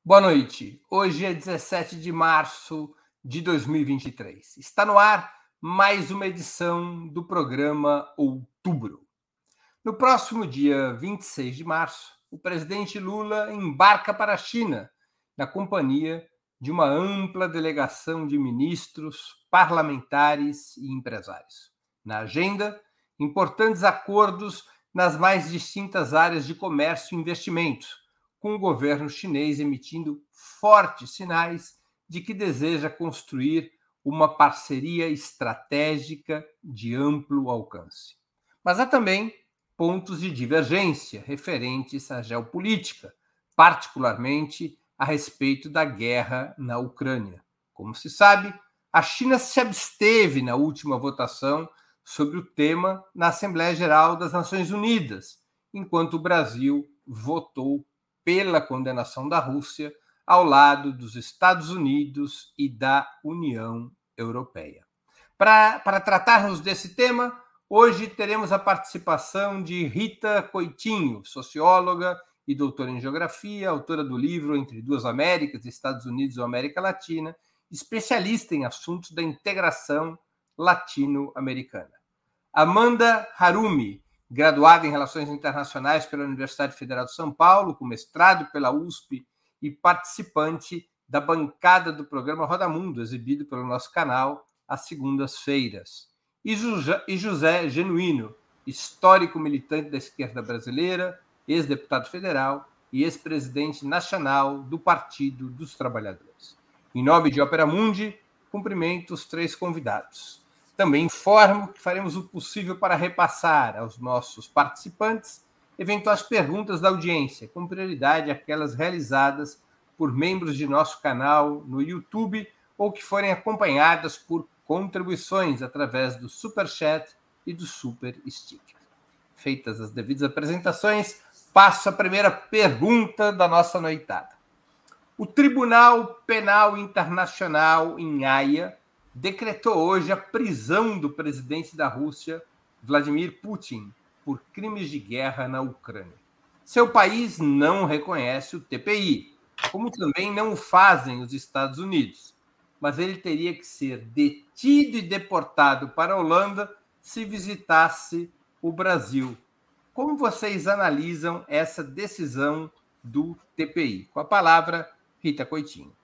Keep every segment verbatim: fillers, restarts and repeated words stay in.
Boa noite. Hoje é dezessete de março de dois mil e vinte e três. Está no ar mais uma edição do programa Outubro. No próximo dia vinte e seis de março, o presidente Lula embarca para a China, na companhia de uma ampla delegação de ministros, parlamentares e empresários. Na agenda, importantes acordos nas mais distintas áreas de comércio e investimento, com o governo chinês emitindo fortes sinais de que deseja construir uma parceria estratégica de amplo alcance. Mas há também pontos de divergência referentes à geopolítica, particularmente a respeito da guerra na Ucrânia. Como se sabe, a China se absteve na última votação sobre o tema na Assembleia Geral das Nações Unidas, enquanto o Brasil votou pela condenação da Rússia ao lado dos Estados Unidos e da União Europeia. Para, para tratarmos desse tema, hoje teremos a participação de Rita Coitinho, socióloga e doutora em geografia, autora do livro Entre Duas Américas, Estados Unidos ou América Latina, especialista em assuntos da integração latino-americana. Amanda Harumi, graduada em Relações Internacionais pela Universidade Federal de São Paulo, com mestrado pela U S P e participante da bancada do programa Roda Mundo, exibido pelo nosso canal às segundas-feiras. E José Genuíno, histórico militante da esquerda brasileira, ex-deputado federal e ex-presidente nacional do Partido dos Trabalhadores. Em nome de Opera Mundi, cumprimento os três convidados. Também informo que faremos o possível para repassar aos nossos participantes eventuais perguntas da audiência, com prioridade aquelas realizadas por membros de nosso canal no YouTube ou que forem acompanhadas por contribuições através do Super Chat e do Super Sticker. Feitas as devidas apresentações, passo a primeira pergunta da nossa noitada. O Tribunal Penal Internacional em Haia decretou hoje a prisão do presidente da Rússia, Vladimir Putin, por crimes de guerra na Ucrânia. Seu país não reconhece o T P I, como também não o fazem os Estados Unidos, mas ele teria que ser detido e deportado para a Holanda se visitasse o Brasil. Como vocês analisam essa decisão do T P I? Com a palavra, Rita Coitinho.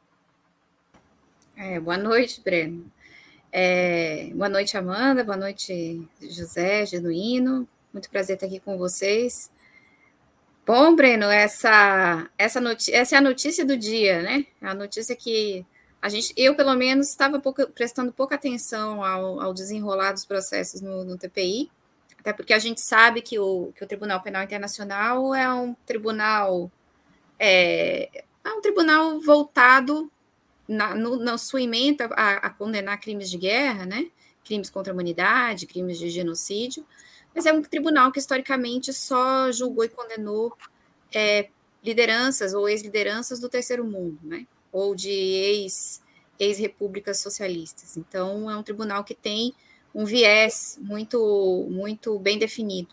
É, boa noite, Breno. É, boa noite, Amanda. Boa noite, José Genuíno. Muito prazer estar aqui com vocês. Bom, Breno, essa, essa, essa é a notícia do dia, né? A notícia que a gente, eu, pelo menos, estava pouca, prestando pouca atenção ao, ao desenrolar dos processos no, no T P I, até porque a gente sabe que o, que o Tribunal Penal Internacional é um tribunal, é, é um tribunal voltado Na, no, na sua emenda a, a condenar crimes de guerra, né? Crimes contra a humanidade, crimes de genocídio, mas é um tribunal que historicamente só julgou e condenou é, lideranças ou ex-lideranças do terceiro mundo, né? Ou de ex, ex-repúblicas socialistas. Então, é um tribunal que tem um viés muito, muito bem definido.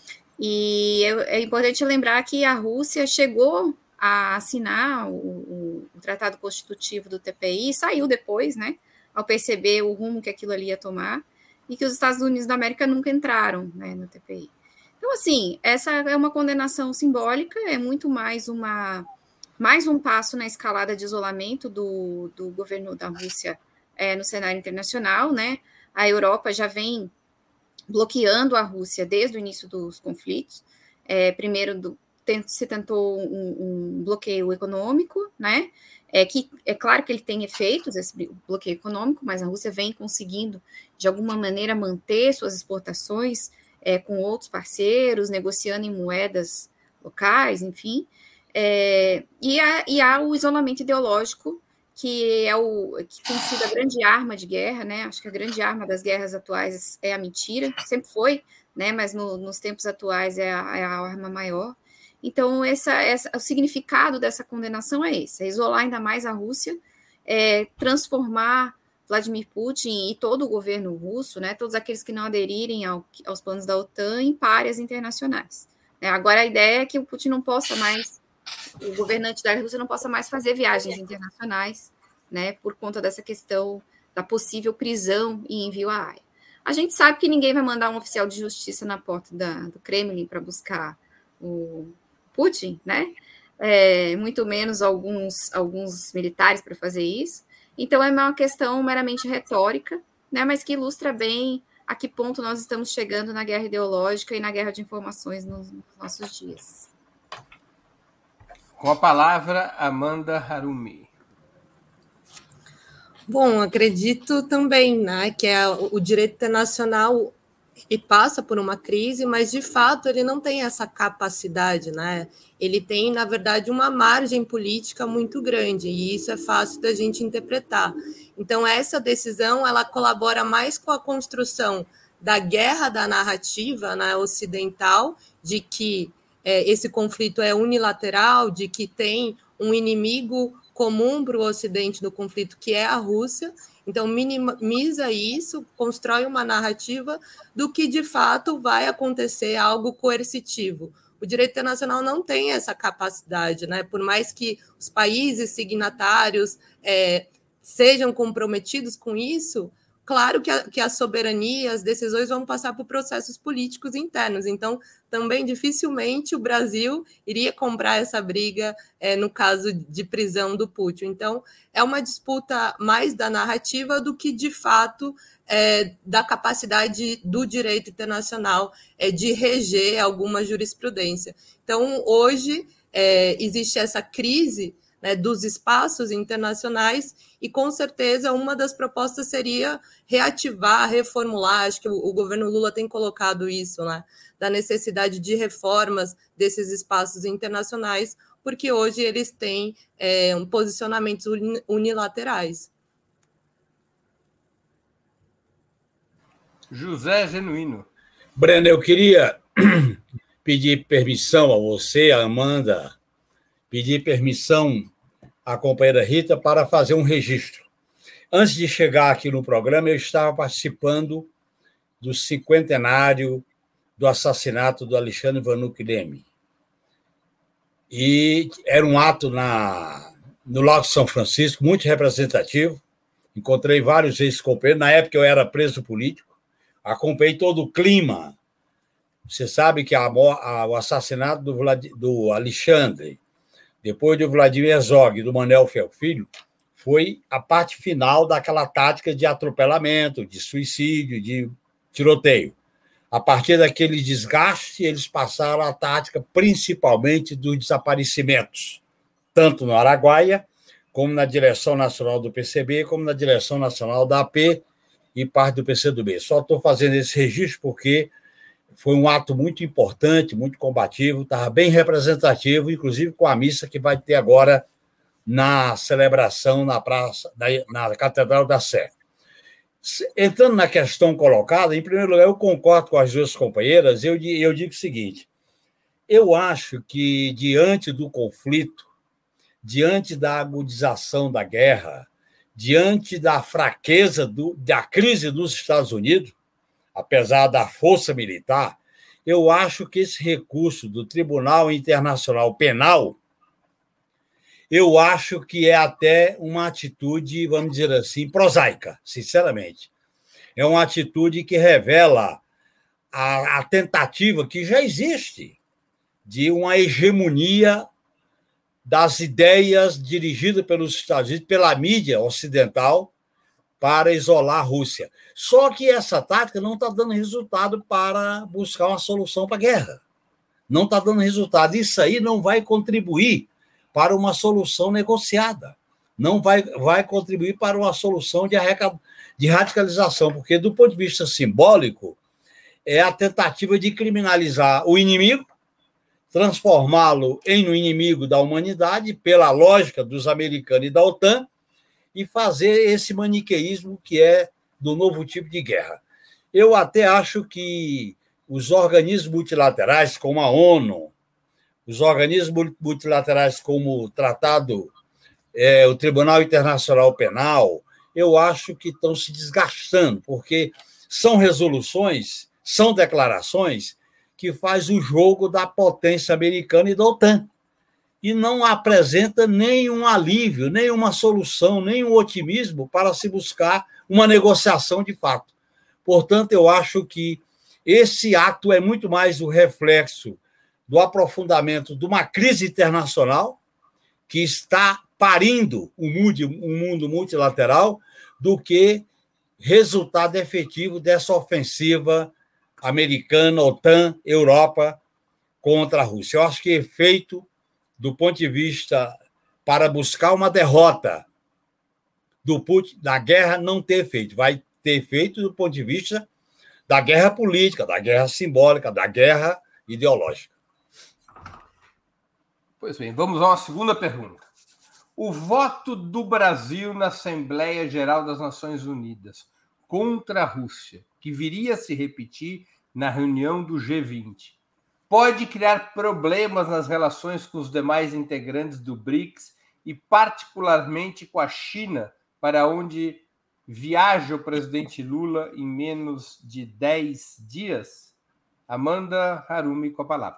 E é, é importante lembrar que a Rússia chegou a assinar o, o, o Tratado Constitutivo do T P I, saiu depois, né, ao perceber o rumo que aquilo ali ia tomar, e que os Estados Unidos da América nunca entraram, né, no T P I. Então, assim, essa é uma condenação simbólica, é muito mais, uma, mais um passo na escalada de isolamento do, do governo da Rússia é, no cenário internacional, né. A Europa já vem bloqueando a Rússia desde o início dos conflitos, é, primeiro do se tentou um, um bloqueio econômico, né? É, que, é claro que ele tem efeitos, esse bloqueio econômico, mas a Rússia vem conseguindo, de alguma maneira, manter suas exportações é, com outros parceiros, negociando em moedas locais, enfim. É, e, há, e há o isolamento ideológico, que, é o, que tem sido a grande arma de guerra, né? Acho que a grande arma das guerras atuais é a mentira, sempre foi, né? Mas no, nos tempos atuais é a, é a arma maior. Então, essa, essa, o significado dessa condenação é esse, é isolar ainda mais a Rússia, é, transformar Vladimir Putin e todo o governo russo, né, todos aqueles que não aderirem ao, aos planos da OTAN, em párias internacionais. É, agora, a ideia é que o Putin não possa mais o governante da Rússia não possa mais fazer viagens internacionais, né, por conta dessa questão da possível prisão e envio à Haia. A gente sabe que ninguém vai mandar um oficial de justiça na porta da, do Kremlin para buscar o Putin, né? É, muito menos alguns, alguns militares para fazer isso. Então, é uma questão meramente retórica, né, mas que ilustra bem a que ponto nós estamos chegando na guerra ideológica e na guerra de informações nos, nos nossos dias. Com a palavra, Amanda Harumi. Bom, acredito também, né, que é o direito internacional e passa por uma crise, mas de fato ele não tem essa capacidade, né? Ele tem, na verdade, uma margem política muito grande, e isso é fácil da gente interpretar. Então, essa decisão ela colabora mais com a construção da guerra da narrativa, né, ocidental, de que é, esse conflito é unilateral, de que tem um inimigo comum para o Ocidente no conflito, que é a Rússia. Então, minimiza isso, constrói uma narrativa do que, de fato, vai acontecer algo coercitivo. O direito internacional não tem essa capacidade, né? Por mais que os países signatários é, sejam comprometidos com isso, claro que a, que a soberania, as decisões vão passar por processos políticos internos. Então, também dificilmente o Brasil iria comprar essa briga é, no caso de prisão do Putin. Então, é uma disputa mais da narrativa do que, de fato, é, da capacidade do direito internacional é, de reger alguma jurisprudência. Então, hoje, é, existe essa crise, né, dos espaços internacionais, e com certeza uma das propostas seria reativar, reformular, acho que o, o governo Lula tem colocado isso, né, da necessidade de reformas desses espaços internacionais, porque hoje eles têm é, um posicionamentos unilaterais. José Genuíno. Breno, eu queria pedir permissão a você, a Amanda, pedir permissão à companheira Rita para fazer um registro. Antes de chegar aqui no programa, eu estava participando do cinquentenário do assassinato do Alexandre Vanuc Leme. E era um ato na, no Lago São Francisco, muito representativo. Encontrei vários ex-companheiros. Na época, eu era preso político. Acompanhei todo o clima. Você sabe que a, a, o assassinato do, Vlad, do Alexandre, depois do Vladimir Herzog e do Manuel Filho, foi a parte final daquela tática de atropelamento, de suicídio, de tiroteio. A partir daquele desgaste, eles passaram a tática principalmente dos desaparecimentos, tanto no Araguaia, como na direção nacional do P C B, como na direção nacional da A P e parte do P C do B. Só estou fazendo esse registro porque foi um ato muito importante, muito combativo, estava bem representativo, inclusive com a missa que vai ter agora na celebração na praça, na, na Catedral da Sé. Entrando na questão colocada, em primeiro lugar, eu concordo com as duas companheiras, eu, eu digo o seguinte, eu acho que diante do conflito, diante da agudização da guerra, diante da fraqueza do, da crise dos Estados Unidos, apesar da força militar, eu acho que esse recurso do Tribunal Internacional Penal, eu acho que é até uma atitude, vamos dizer assim, prosaica, sinceramente. É uma atitude que revela a, a tentativa que já existe de uma hegemonia das ideias dirigidas pelos Estados Unidos, pela mídia ocidental, para isolar a Rússia. Só que essa tática não está dando resultado para buscar uma solução para a guerra. Não está dando resultado. Isso aí não vai contribuir para uma solução negociada. Não vai, vai contribuir para uma solução de, de radicalização, porque, do ponto de vista simbólico, é a tentativa de criminalizar o inimigo, transformá-lo em um inimigo da humanidade, pela lógica dos americanos e da OTAN, e fazer esse maniqueísmo que é do novo tipo de guerra. Eu até acho que os organismos multilaterais, como a ONU, os organismos multilaterais como o Tratado, é, o Tribunal Internacional Penal, eu acho que estão se desgastando, porque são resoluções, são declarações que faz o jogo da potência americana e da OTAN. e não apresenta nenhum alívio, nenhuma solução, nenhum otimismo para se buscar uma negociação de fato. Portanto, eu acho que esse ato é muito mais o reflexo do aprofundamento de uma crise internacional que está parindo um mundo multilateral do que resultado efetivo dessa ofensiva americana, OTAN, Europa contra a Rússia. Eu acho que efeito do ponto de vista para buscar uma derrota do Putin, da guerra, não ter efeito. Vai ter efeito do ponto de vista da guerra política, da guerra simbólica, da guerra ideológica. Pois bem, vamos a uma segunda pergunta. O voto do Brasil na Assembleia Geral das Nações Unidas contra a Rússia, que viria a se repetir na reunião do G vinte, pode criar problemas nas relações com os demais integrantes do BRICS e, particularmente, com a China, para onde viaja o presidente Lula em menos de dez dias? Amanda Harumi com a palavra.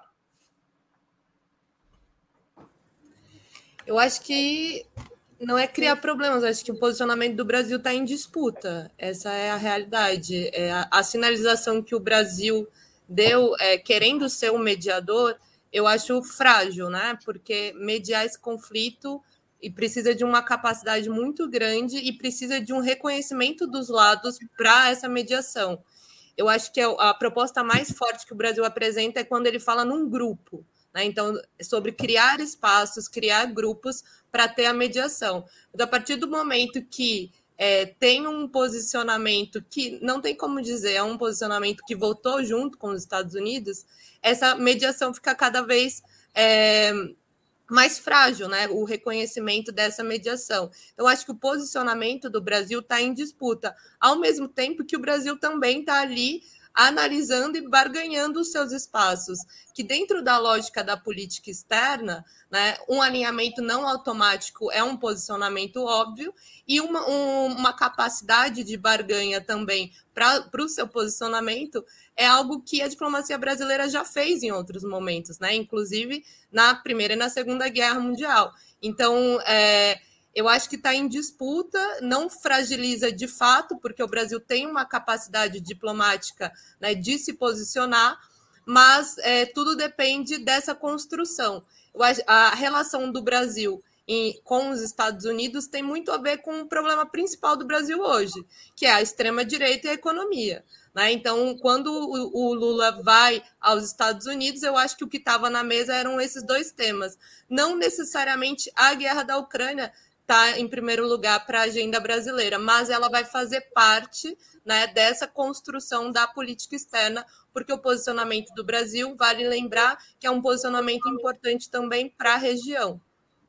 Eu acho que não é criar problemas, eu acho que o posicionamento do Brasil está em disputa. Essa é a realidade. É a, a sinalização que o Brasil deu, é, querendo ser um mediador, eu acho frágil, né? Porque mediar esse conflito e precisa de uma capacidade muito grande e precisa de um reconhecimento dos lados para essa mediação. Eu acho que a proposta mais forte que o Brasil apresenta é quando ele fala num grupo, né? Então, sobre criar espaços, criar grupos para ter a mediação. Mas a partir do momento que é, tem um posicionamento que não tem como dizer, é um posicionamento que votou junto com os Estados Unidos, essa mediação fica cada vez é, mais frágil, né? O reconhecimento dessa mediação. Eu acho que o posicionamento do Brasil está em disputa, ao mesmo tempo que o Brasil também está ali analisando e barganhando os seus espaços, que dentro da lógica da política externa, né, um alinhamento não automático é um posicionamento óbvio e uma, um, uma capacidade de barganha também para o seu posicionamento é algo que a diplomacia brasileira já fez em outros momentos, né, inclusive na Primeira e na Segunda Guerra Mundial. Então, é, eu acho que está em disputa, não fragiliza de fato, porque o Brasil tem uma capacidade diplomática, né, de se posicionar, mas é, tudo depende dessa construção. Eu acho, a relação do Brasil em, com os Estados Unidos tem muito a ver com o problema principal do Brasil hoje, que é a extrema-direita e a economia. Né? Então, quando o, o Lula vai aos Estados Unidos, eu acho que o que estava na mesa eram esses dois temas. Não necessariamente a guerra da Ucrânia está em primeiro lugar para a agenda brasileira, mas ela vai fazer parte, né, dessa construção da política externa, porque o posicionamento do Brasil, vale lembrar, que é um posicionamento importante também para a região.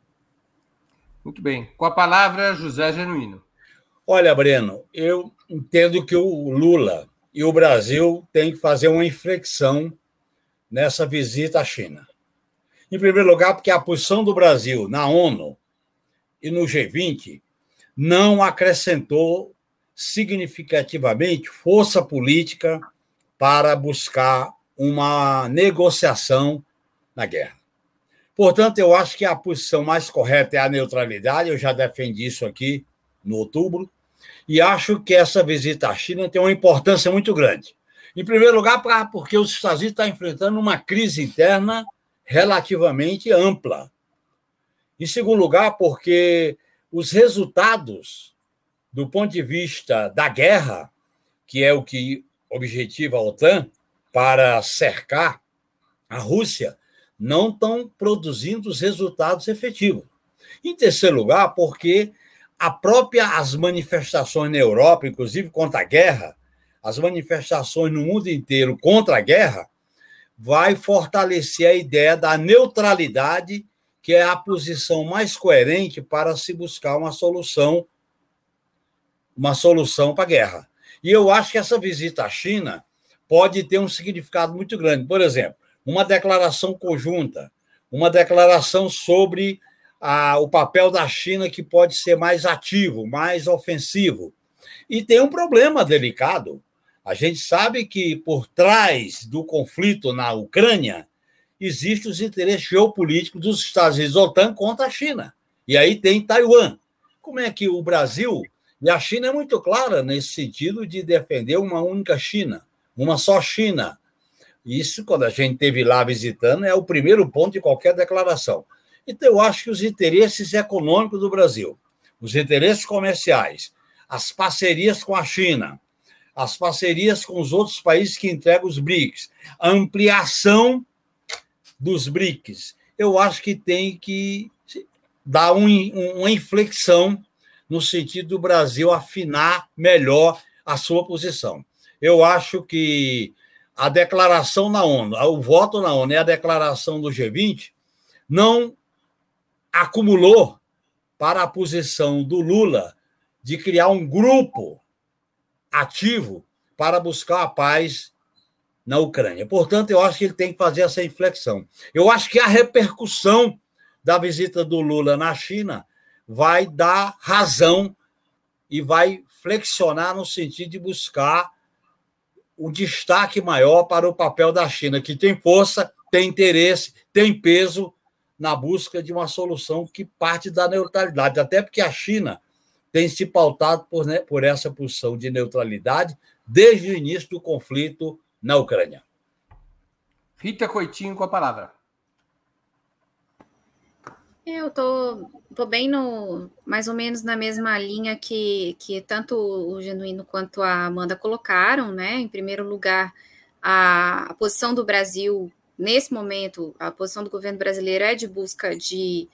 Muito bem. Com a palavra, José Genuíno. Olha, Breno, eu entendo que o Lula e o Brasil têm que fazer uma inflexão nessa visita à China. Em primeiro lugar, porque a posição do Brasil na ONU e no G vinte não acrescentou significativamente força política para buscar uma negociação na guerra. Portanto, eu acho que a posição mais correta é a neutralidade, eu já defendi isso aqui no outubro, e acho que essa visita à China tem uma importância muito grande. Em primeiro lugar, porque os Estados Unidos estão enfrentando uma crise interna relativamente ampla. Em segundo lugar, porque os resultados, do ponto de vista da guerra, que é o que objetiva a OTAN, para cercar a Rússia, não estão produzindo os resultados efetivos. Em terceiro lugar, porque a própria, as manifestações na Europa, inclusive contra a guerra, as manifestações no mundo inteiro contra a guerra, vai fortalecer a ideia da neutralidade, que é a posição mais coerente para se buscar uma solução, uma solução para a guerra. E eu acho que essa visita à China pode ter um significado muito grande. Por exemplo, uma declaração conjunta, uma declaração sobre a, o papel da China que pode ser mais ativo, mais ofensivo. E tem um problema delicado. A gente sabe que por trás do conflito na Ucrânia existem os interesses geopolíticos dos Estados Unidos da OTAN contra a China. E aí tem Taiwan. Como é que o Brasil... E a China é muito clara nesse sentido de defender uma única China, uma só China. Isso, quando a gente esteve lá visitando, é o primeiro ponto de qualquer declaração. Então, eu acho que os interesses econômicos do Brasil, os interesses comerciais, as parcerias com a China, as parcerias com os outros países que entregam os BRICS, a ampliação dos BRICS, eu acho que tem que dar um, uma inflexão no sentido do Brasil afinar melhor a sua posição. Eu acho que a declaração na ONU, o voto na ONU e a declaração do G vinte não acumulou para a posição do Lula de criar um grupo ativo para buscar a paz na Ucrânia. Portanto, eu acho que ele tem que fazer essa inflexão. Eu acho que a repercussão da visita do Lula na China vai dar razão e vai flexionar no sentido de buscar um destaque maior para o papel da China, que tem força, tem interesse, tem peso na busca de uma solução que parte da neutralidade, até porque a China tem se pautado por, né, por essa posição de neutralidade desde o início do conflito na Ucrânia. Rita Coutinho com a palavra. Eu tô, tô bem no, mais ou menos na mesma linha que, que tanto o Genuíno quanto a Amanda colocaram, né? Em primeiro lugar, a, a posição do Brasil, nesse momento, a posição do governo brasileiro é de busca de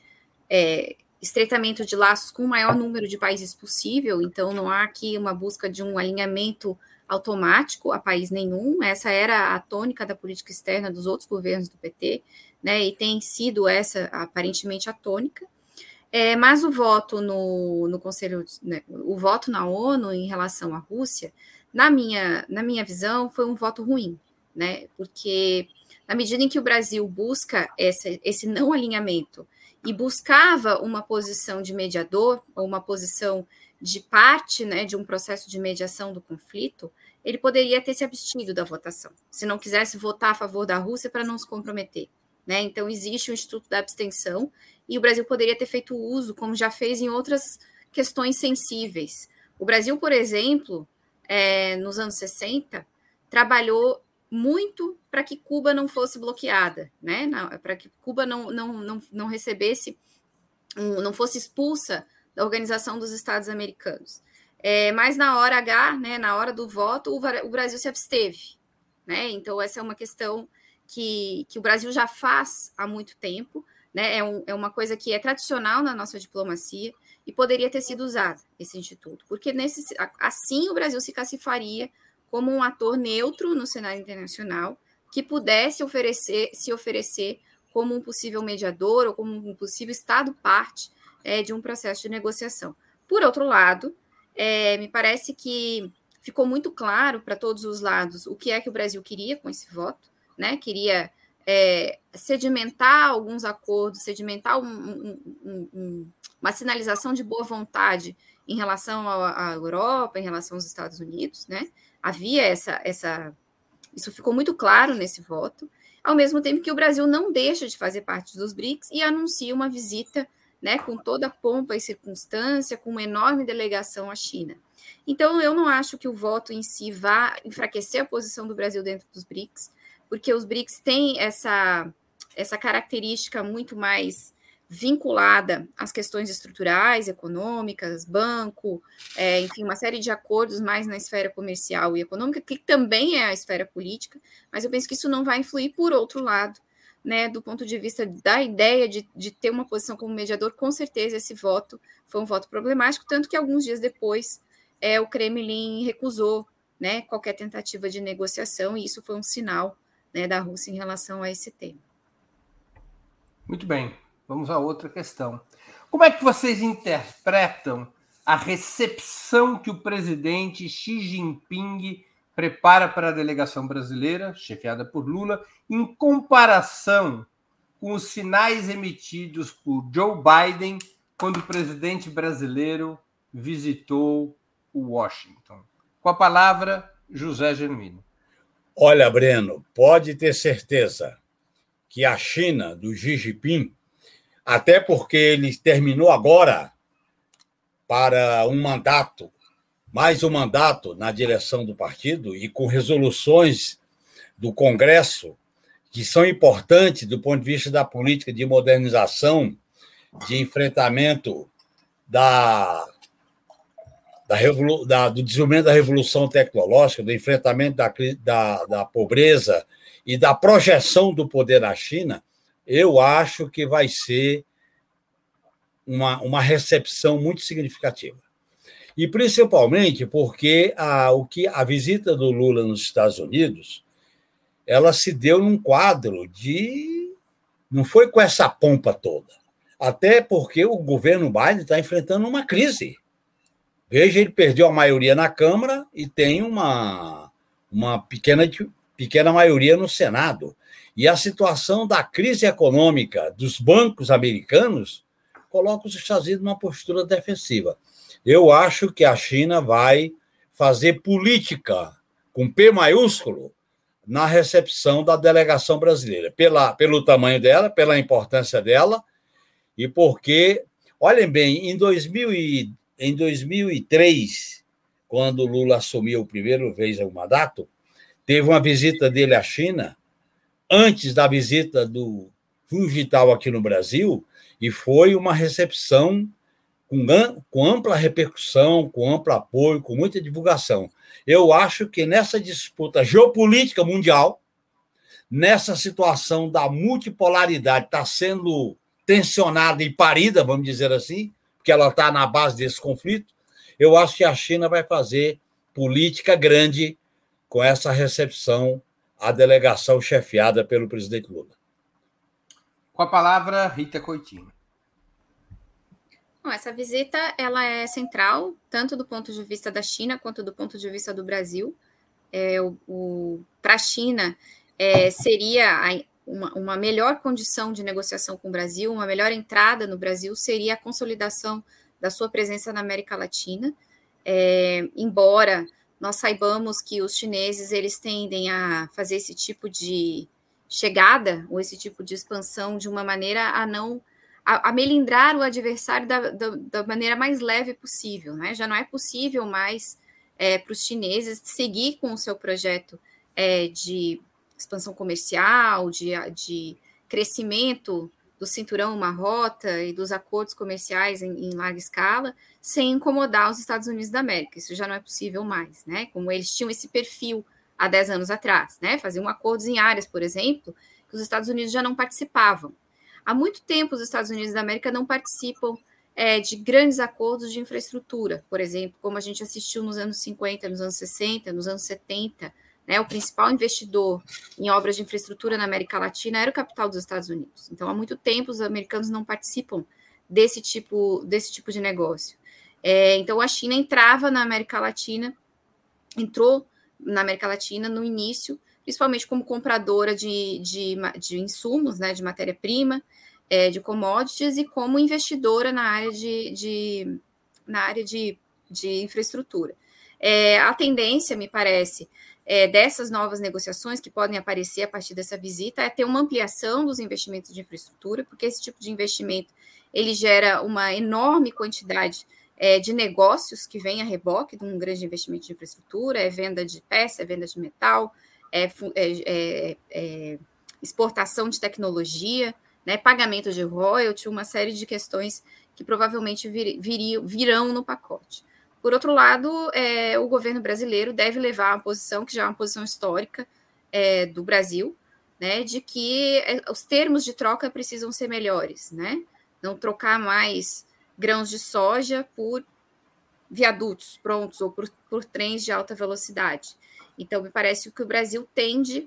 é, estreitamento de laços com o maior número de países possível, então não há aqui uma busca de um alinhamento automático a país nenhum. Essa era a tônica da política externa dos outros governos do P T, né, e tem sido essa, aparentemente, a tônica. É, mas o voto no, no Conselho, né, o voto na ONU em relação à Rússia, na minha, na minha visão, foi um voto ruim, né, porque na medida em que o Brasil busca essa, esse não alinhamento e buscava uma posição de mediador, ou uma posição de parte, né, de um processo de mediação do conflito, ele poderia ter se abstido da votação, se não quisesse votar a favor da Rússia para não se comprometer. Né? Então, existe o Instituto da Abstenção e o Brasil poderia ter feito uso, como já fez em outras questões sensíveis. O Brasil, por exemplo, é, nos anos sessenta, trabalhou muito para que Cuba não fosse bloqueada, né? Para que Cuba não, não, não, não recebesse, não fosse expulsa da Organização dos Estados Americanos. É, mas na hora H, né, na hora do voto, o Brasil se absteve. Né? Então, essa é uma questão Que, que o Brasil já faz há muito tempo, né? É, um, é uma coisa que é tradicional na nossa diplomacia e poderia ter sido usada, esse instituto, porque nesse, assim o Brasil se classificaria como um ator neutro no cenário internacional que pudesse oferecer, se oferecer como um possível mediador ou como um possível Estado-parte é, de um processo de negociação. Por outro lado, é, me parece que ficou muito claro para todos os lados o que é que o Brasil queria com esse voto, né, queria é, sedimentar alguns acordos, sedimentar um, um, um, um, uma sinalização de boa vontade em relação à, à Europa, em relação aos Estados Unidos, né? Havia essa, essa... Isso ficou muito claro nesse voto, ao mesmo tempo que o Brasil não deixa de fazer parte dos BRICS e anuncia uma visita, né, com toda a pompa e circunstância, com uma enorme delegação à China. Então, eu não acho que o voto em si vá enfraquecer a posição do Brasil dentro dos BRICS, porque os BRICS têm essa, essa característica muito mais vinculada às questões estruturais, econômicas, banco, é, enfim, uma série de acordos mais na esfera comercial e econômica, que também é a esfera política, mas eu penso que isso não vai influir por outro lado, né, do ponto de vista da ideia de, de ter uma posição como mediador. Com certeza esse voto foi um voto problemático, tanto que alguns dias depois é, o Kremlin recusou, né, qualquer tentativa de negociação, e isso foi um sinal, né, da Rússia em relação a esse tema. Muito bem, vamos a outra questão. Como é que vocês interpretam a recepção que o presidente Xi Jinping prepara para a delegação brasileira, chefiada por Lula, em comparação com os sinais emitidos por Joe Biden quando o presidente brasileiro visitou o Washington? Com a palavra, José Genuíno. Olha, Breno, pode ter certeza que a China, do Xi Jinping, até porque ele terminou agora para um mandato, mais um mandato na direção do partido, e com resoluções do Congresso que são importantes do ponto de vista da política de modernização, de enfrentamento da, da, da, do desenvolvimento da revolução tecnológica, do enfrentamento da, da, da pobreza e da projeção do poder na China, eu acho que vai ser uma, uma recepção muito significativa. E principalmente porque a, o que, a visita do Lula nos Estados Unidos, ela se deu num quadro de... Não foi com essa pompa toda. Até porque o governo Biden está enfrentando uma crise. Veja, ele perdeu a maioria na Câmara e tem uma, uma pequena, pequena maioria no Senado. E a situação da crise econômica dos bancos americanos coloca os Estados Unidos numa postura defensiva. Eu acho que a China vai fazer política com P maiúsculo na recepção da delegação brasileira, pela, pelo tamanho dela, pela importância dela, e porque, olhem bem, em, dois mil e, em dois mil e três, quando o Lula assumiu a primeira vez o mandato, teve uma visita dele à China, antes da visita do Hu Jintao aqui no Brasil, e foi uma recepção com, com ampla repercussão, com amplo apoio, com muita divulgação. Eu acho que nessa disputa geopolítica mundial, nessa situação da multipolaridade está sendo tensionada e parida, vamos dizer assim, porque ela está na base desse conflito, eu acho que a China vai fazer política grande com essa recepção à delegação chefiada pelo presidente Lula. Com a palavra, Rita Coutinho. Bom, essa visita ela é central, tanto do ponto de vista da China quanto do ponto de vista do Brasil. É, o, o, para a China, é, seria a, uma, uma melhor condição de negociação com o Brasil, uma melhor entrada no Brasil seria a consolidação da sua presença na América Latina, é, embora nós saibamos que os chineses eles tendem a fazer esse tipo de chegada ou esse tipo de expansão de uma maneira a não a, a melindrar o adversário da, da, da maneira mais leve possível, né? Já não é possível mais é, para os chineses seguir com o seu projeto é, de expansão comercial, de, de crescimento do cinturão Uma Rota e dos acordos comerciais em, em larga escala, sem incomodar os Estados Unidos da América. Isso já não é possível mais, né? Como eles tinham esse perfil há dez anos atrás, né? Faziam acordos em áreas, por exemplo, que os Estados Unidos já não participavam. Há muito tempo, os Estados Unidos da América não participam é, de grandes acordos de infraestrutura, por exemplo, como a gente assistiu nos anos cinquenta, nos anos sessenta, nos anos setenta, né? O principal investidor em obras de infraestrutura na América Latina era o capital dos Estados Unidos. Então, há muito tempo, os americanos não participam desse tipo, desse tipo de negócio. É, então, a China entrava na América Latina, entrou na América Latina no início, principalmente como compradora de, de, de insumos, né, de matéria-prima, é, de commodities, e como investidora na área de, de, na área de, de infraestrutura. É, a tendência, me parece, é, dessas novas negociações que podem aparecer a partir dessa visita é ter uma ampliação dos investimentos de infraestrutura, porque esse tipo de investimento ele gera uma enorme quantidade é, de negócios que vem a reboque de um grande investimento de infraestrutura, é venda de peça, é venda de metal, É, é, é, exportação de tecnologia, né, pagamento de royalty, uma série de questões que provavelmente vir, viriam, virão no pacote. Por outro lado, é, o governo brasileiro deve levar a posição, que já é uma posição histórica é, do Brasil, né, de que os termos de troca precisam ser melhores, né, não trocar mais grãos de soja por viadutos prontos ou por, por trens de alta velocidade. Então, me parece que o Brasil tende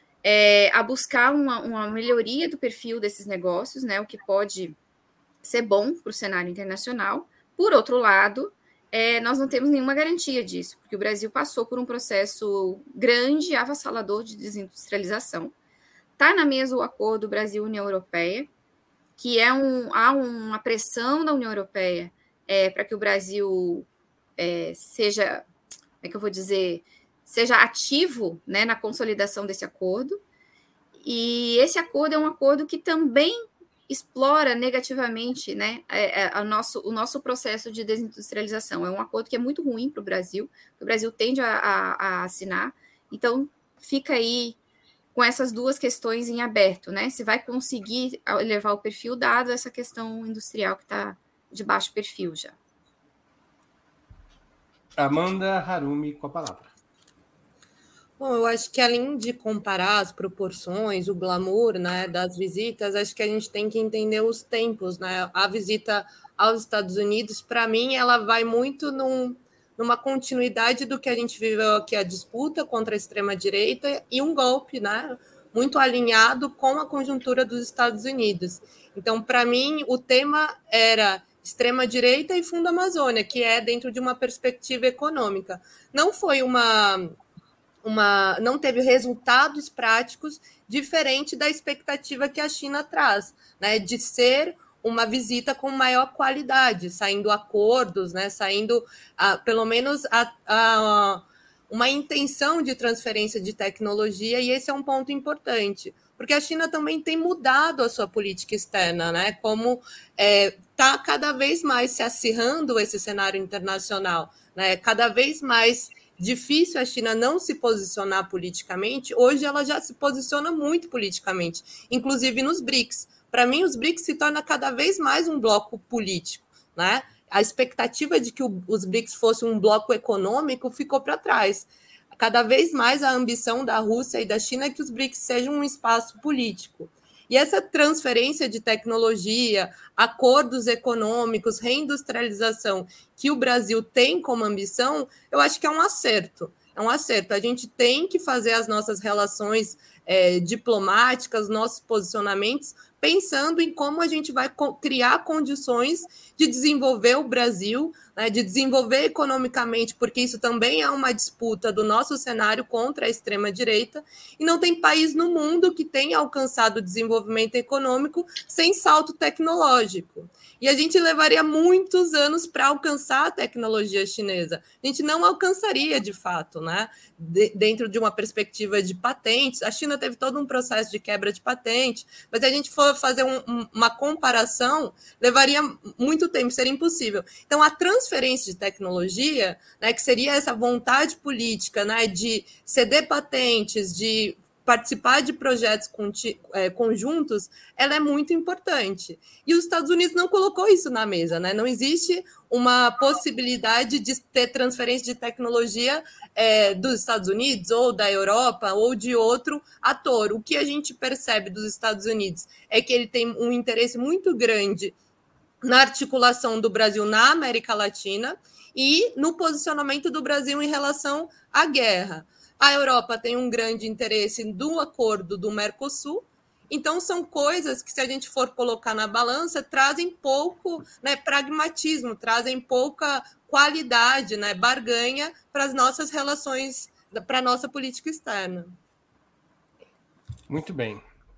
é, a buscar uma, uma melhoria do perfil desses negócios, né, o que pode ser bom para o cenário internacional. Por outro lado, é, nós não temos nenhuma garantia disso, porque o Brasil passou por um processo grande e avassalador de desindustrialização. Está na mesa o acordo Brasil-União Europeia, que é um, há uma pressão da União Europeia é, para que o Brasil é, seja, como é que eu vou dizer... seja ativo, né, na consolidação desse acordo, E esse acordo é um acordo que também explora negativamente, né, a, a nosso, o nosso processo de desindustrialização. É um acordo que é muito ruim para o Brasil, que o Brasil tende a, a, a assinar. Então, fica aí com essas duas questões em aberto, né? Se vai conseguir elevar o perfil, dado essa questão industrial que está de baixo perfil já. Amanda Harumi, com a palavra. Bom, eu acho que além de comparar as proporções, o glamour, né, das visitas, acho que a gente tem que entender os tempos, né? A visita aos Estados Unidos, para mim, ela vai muito num, numa continuidade do que a gente viveu aqui, a disputa contra a extrema-direita e um golpe, né, muito alinhado com a conjuntura dos Estados Unidos. Então, para mim, o tema era extrema-direita e Fundo Amazônia, que é dentro de uma perspectiva econômica. Não foi uma... Uma, não teve resultados práticos diferente da expectativa que a China traz, né, de ser uma visita com maior qualidade, saindo acordos, né, saindo a, pelo menos a, a, uma intenção de transferência de tecnologia, e esse é um ponto importante, porque a China também tem mudado a sua política externa, né, como está é, cada vez mais se acirrando esse cenário internacional, né, cada vez mais difícil a China não se posicionar politicamente. Hoje ela já se posiciona muito politicamente, inclusive nos BRICS. Para mim, os BRICS se torna cada vez mais um bloco político, né? A expectativa de que o, os BRICS fossem um bloco econômico ficou para trás. Cada vez mais a ambição da Rússia e da China é que os BRICS sejam um espaço político. E essa transferência de tecnologia, acordos econômicos, reindustrialização que o Brasil tem como ambição, eu acho que é um acerto. É um acerto. A gente tem que fazer as nossas relações é, diplomáticas, nossos posicionamentos, pensando em como a gente vai criar condições de desenvolver o Brasil, né, de desenvolver economicamente, porque isso também é uma disputa do nosso cenário contra a extrema-direita, e não tem país no mundo que tenha alcançado o desenvolvimento econômico sem salto tecnológico. E a gente levaria muitos anos para alcançar a tecnologia chinesa. A gente não alcançaria, de fato, né? De, dentro de uma perspectiva de patentes. A China teve todo um processo de quebra de patente, mas se a gente for fazer um, um, uma comparação, levaria muito tempo, seria impossível. Então, a transferência de tecnologia, né, que seria essa vontade política, né, de ceder patentes, de participar de projetos conjuntos, ela é muito importante. E os Estados Unidos não colocou isso na mesa, né? Não existe uma possibilidade de ter transferência de tecnologia é, dos Estados Unidos, ou da Europa, ou de outro ator. O que a gente percebe dos Estados Unidos é que ele tem um interesse muito grande na articulação do Brasil na América Latina e no posicionamento do Brasil em relação à guerra. A Europa tem um grande interesse do acordo do Mercosul, então são coisas que, se a gente for colocar na balança, trazem pouco, né, pragmatismo, trazem pouca qualidade, né, barganha para as nossas relações, para a nossa política externa. Muito bem.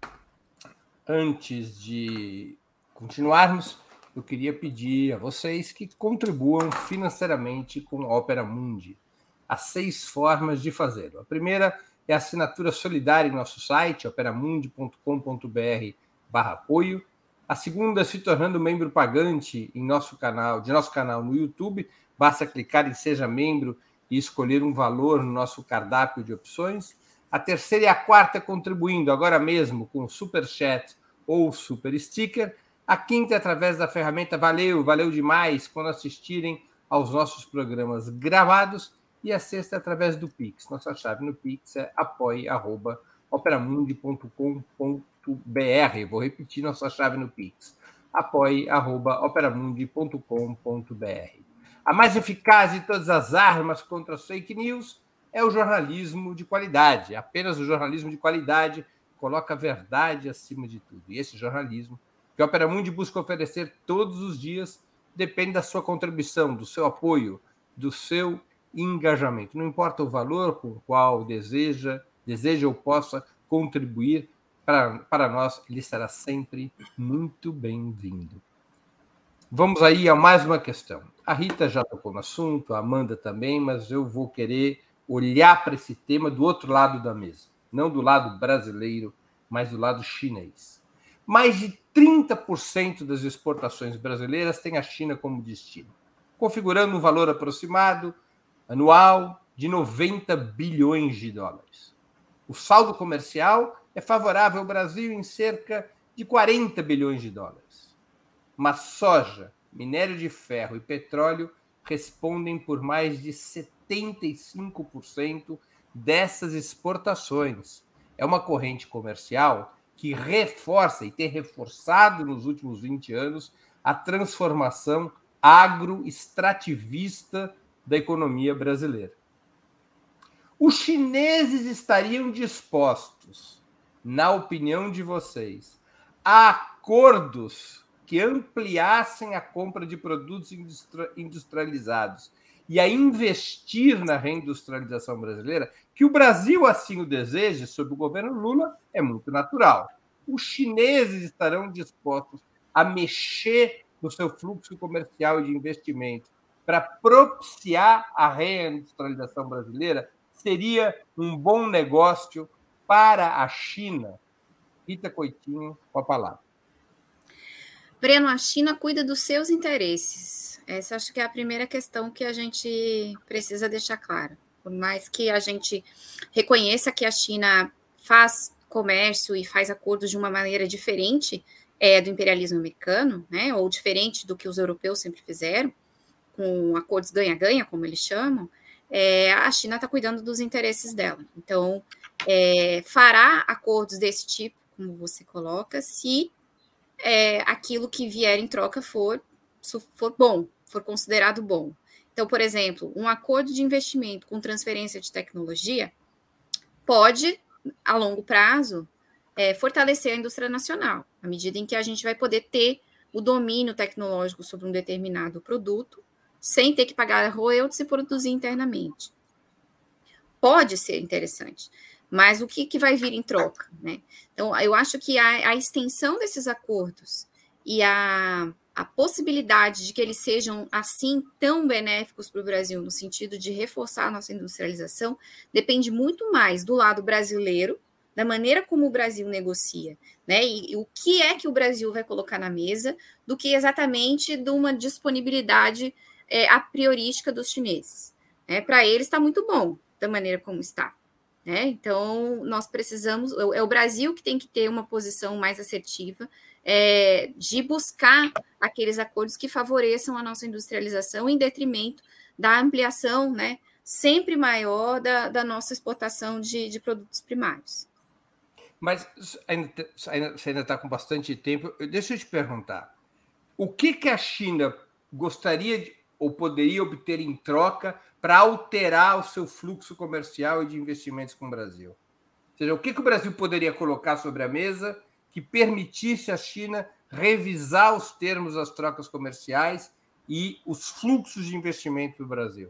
Antes de continuarmos, eu queria pedir a vocês que contribuam financeiramente com a Opera Mundi. Há seis formas de fazê-lo. A primeira é a assinatura solidária em nosso site, operamundi ponto com ponto br barra apoio. A segunda, se tornando membro pagante em nosso canal, de nosso canal no YouTube. Basta clicar em Seja Membro e escolher um valor no nosso cardápio de opções. A terceira e a quarta, contribuindo agora mesmo com o Super Chat ou Super Sticker. A quinta é através da ferramenta Valeu, valeu demais quando assistirem aos nossos programas gravados. E a sexta é através do Pix. Nossa chave no Pix é apoie arroba operamundi ponto com ponto br. Vou repetir nossa chave no Pix. apoie arroba operamundi ponto com ponto br. A mais eficaz de todas as armas contra as fake news é o jornalismo de qualidade. Apenas o jornalismo de qualidade coloca a verdade acima de tudo. E esse jornalismo que a Opera Mundi busca oferecer todos os dias depende da sua contribuição, do seu apoio, do seu engajamento. Não importa o valor com o qual deseja, deseja ou possa contribuir, para, para nós ele será sempre muito bem-vindo. Vamos aí a mais uma questão. A Rita já tocou no assunto, a Amanda também, mas eu vou querer olhar para esse tema do outro lado da mesa, não do lado brasileiro mas do lado chinês. Mais de trinta por cento das exportações brasileiras têm a China como destino, configurando um valor aproximado anual de noventa bilhões de dólares. O saldo comercial é favorável ao Brasil em cerca de quarenta bilhões de dólares. Mas soja, minério de ferro e petróleo respondem por mais de setenta e cinco por cento dessas exportações. É uma corrente comercial que reforça e tem reforçado nos últimos vinte anos a transformação agroextrativista da economia brasileira. Os chineses estariam dispostos, na opinião de vocês, a acordos que ampliassem a compra de produtos industrializados e a investir na reindustrialização brasileira, que o Brasil assim o deseja, sob o governo Lula, é muito natural. Os chineses estarão dispostos a mexer no seu fluxo comercial e de investimento para propiciar a reindustrialização brasileira? Seria um bom negócio para a China? Rita Coutinho, com a palavra. Breno, a China cuida dos seus interesses. Essa acho que é a primeira questão que a gente precisa deixar clara. Por mais que a gente reconheça que a China faz comércio e faz acordos de uma maneira diferente é, do imperialismo americano, né, ou diferente do que os europeus sempre fizeram, com acordos ganha-ganha, como eles chamam, é, a China está cuidando dos interesses dela. Então, é, fará acordos desse tipo, como você coloca, se é, aquilo que vier em troca for, for bom, for considerado bom. Então, por exemplo, um acordo de investimento com transferência de tecnologia pode, a longo prazo, é, fortalecer a indústria nacional, à medida em que a gente vai poder ter o domínio tecnológico sobre um determinado produto, sem ter que pagar royalties e produzir internamente. Pode ser interessante, mas o que, que vai vir em troca, né? Então, eu acho que a, a extensão desses acordos e a, a possibilidade de que eles sejam, assim, tão benéficos para o Brasil, no sentido de reforçar a nossa industrialização, depende muito mais do lado brasileiro, da maneira como o Brasil negocia, né? E, e o que é que o Brasil vai colocar na mesa, do que exatamente de uma disponibilidade é, a priorística dos chineses. Né? Para eles está muito bom, da maneira como está. Né? Então, nós precisamos... É o Brasil que tem que ter uma posição mais assertiva é, de buscar aqueles acordos que favoreçam a nossa industrialização em detrimento da ampliação, né, sempre maior da, da nossa exportação de, de produtos primários. Mas ainda, você ainda está com bastante tempo. Deixa eu te perguntar. O que, que a China gostaria de, ou poderia obter em troca para alterar o seu fluxo comercial e de investimentos com o Brasil? Ou seja, o que, que o Brasil poderia colocar sobre a mesa que permitisse à China revisar os termos das trocas comerciais e os fluxos de investimento do Brasil?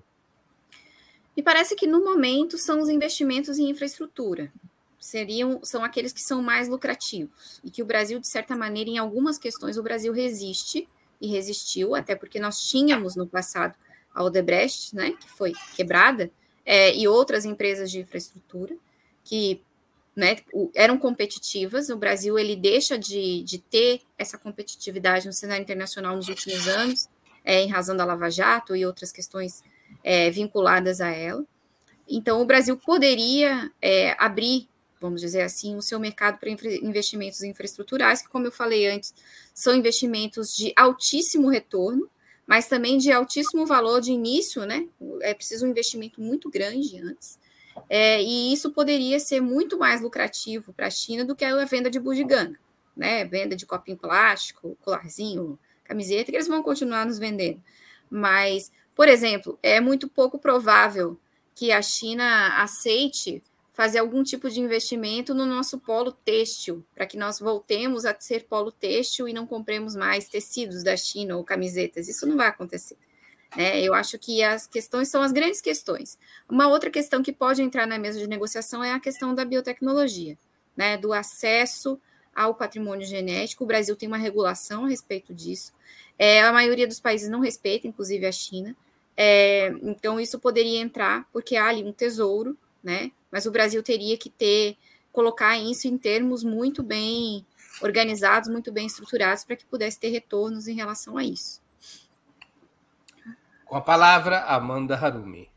Me parece que, no momento, são os investimentos em infraestrutura. Seriam, são aqueles que são mais lucrativos. E que o Brasil, de certa maneira, em algumas questões, o Brasil resiste e resistiu, até porque nós tínhamos no passado a Odebrecht, né, que foi quebrada, é, e outras empresas de infraestrutura que, né, eram competitivas. O Brasil ele deixa de, de ter essa competitividade no cenário internacional nos últimos anos, é, em razão da Lava Jato e outras questões é, vinculadas a ela. Então, o Brasil poderia é, abrir, vamos dizer assim, o seu mercado para investimentos infraestruturais, que, como eu falei antes, são investimentos de altíssimo retorno, mas também de altíssimo valor de início, né? É preciso um investimento muito grande antes, é, e isso poderia ser muito mais lucrativo para a China do que a venda de bugiganga, né? Venda de copinho plástico, colarzinho, camiseta, que eles vão continuar nos vendendo. Mas, por exemplo, é muito pouco provável que a China aceite fazer algum tipo de investimento no nosso polo têxtil, para que nós voltemos a ser polo têxtil e não compremos mais tecidos da China ou camisetas. Isso não vai acontecer. Né? Eu acho que as questões são as grandes questões. Uma outra questão que pode entrar na mesa de negociação é a questão da biotecnologia, né? Do acesso ao patrimônio genético. O Brasil tem uma regulação a respeito disso. É, a maioria dos países não respeita, inclusive a China. É, então, isso poderia entrar, porque há ali um tesouro, né? Mas o Brasil teria que ter colocar isso em termos muito bem organizados, muito bem estruturados, para que pudesse ter retornos em relação a isso. Com a palavra, Amanda Harumi.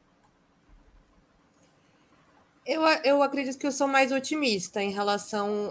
Eu, eu acredito que eu sou mais otimista em relação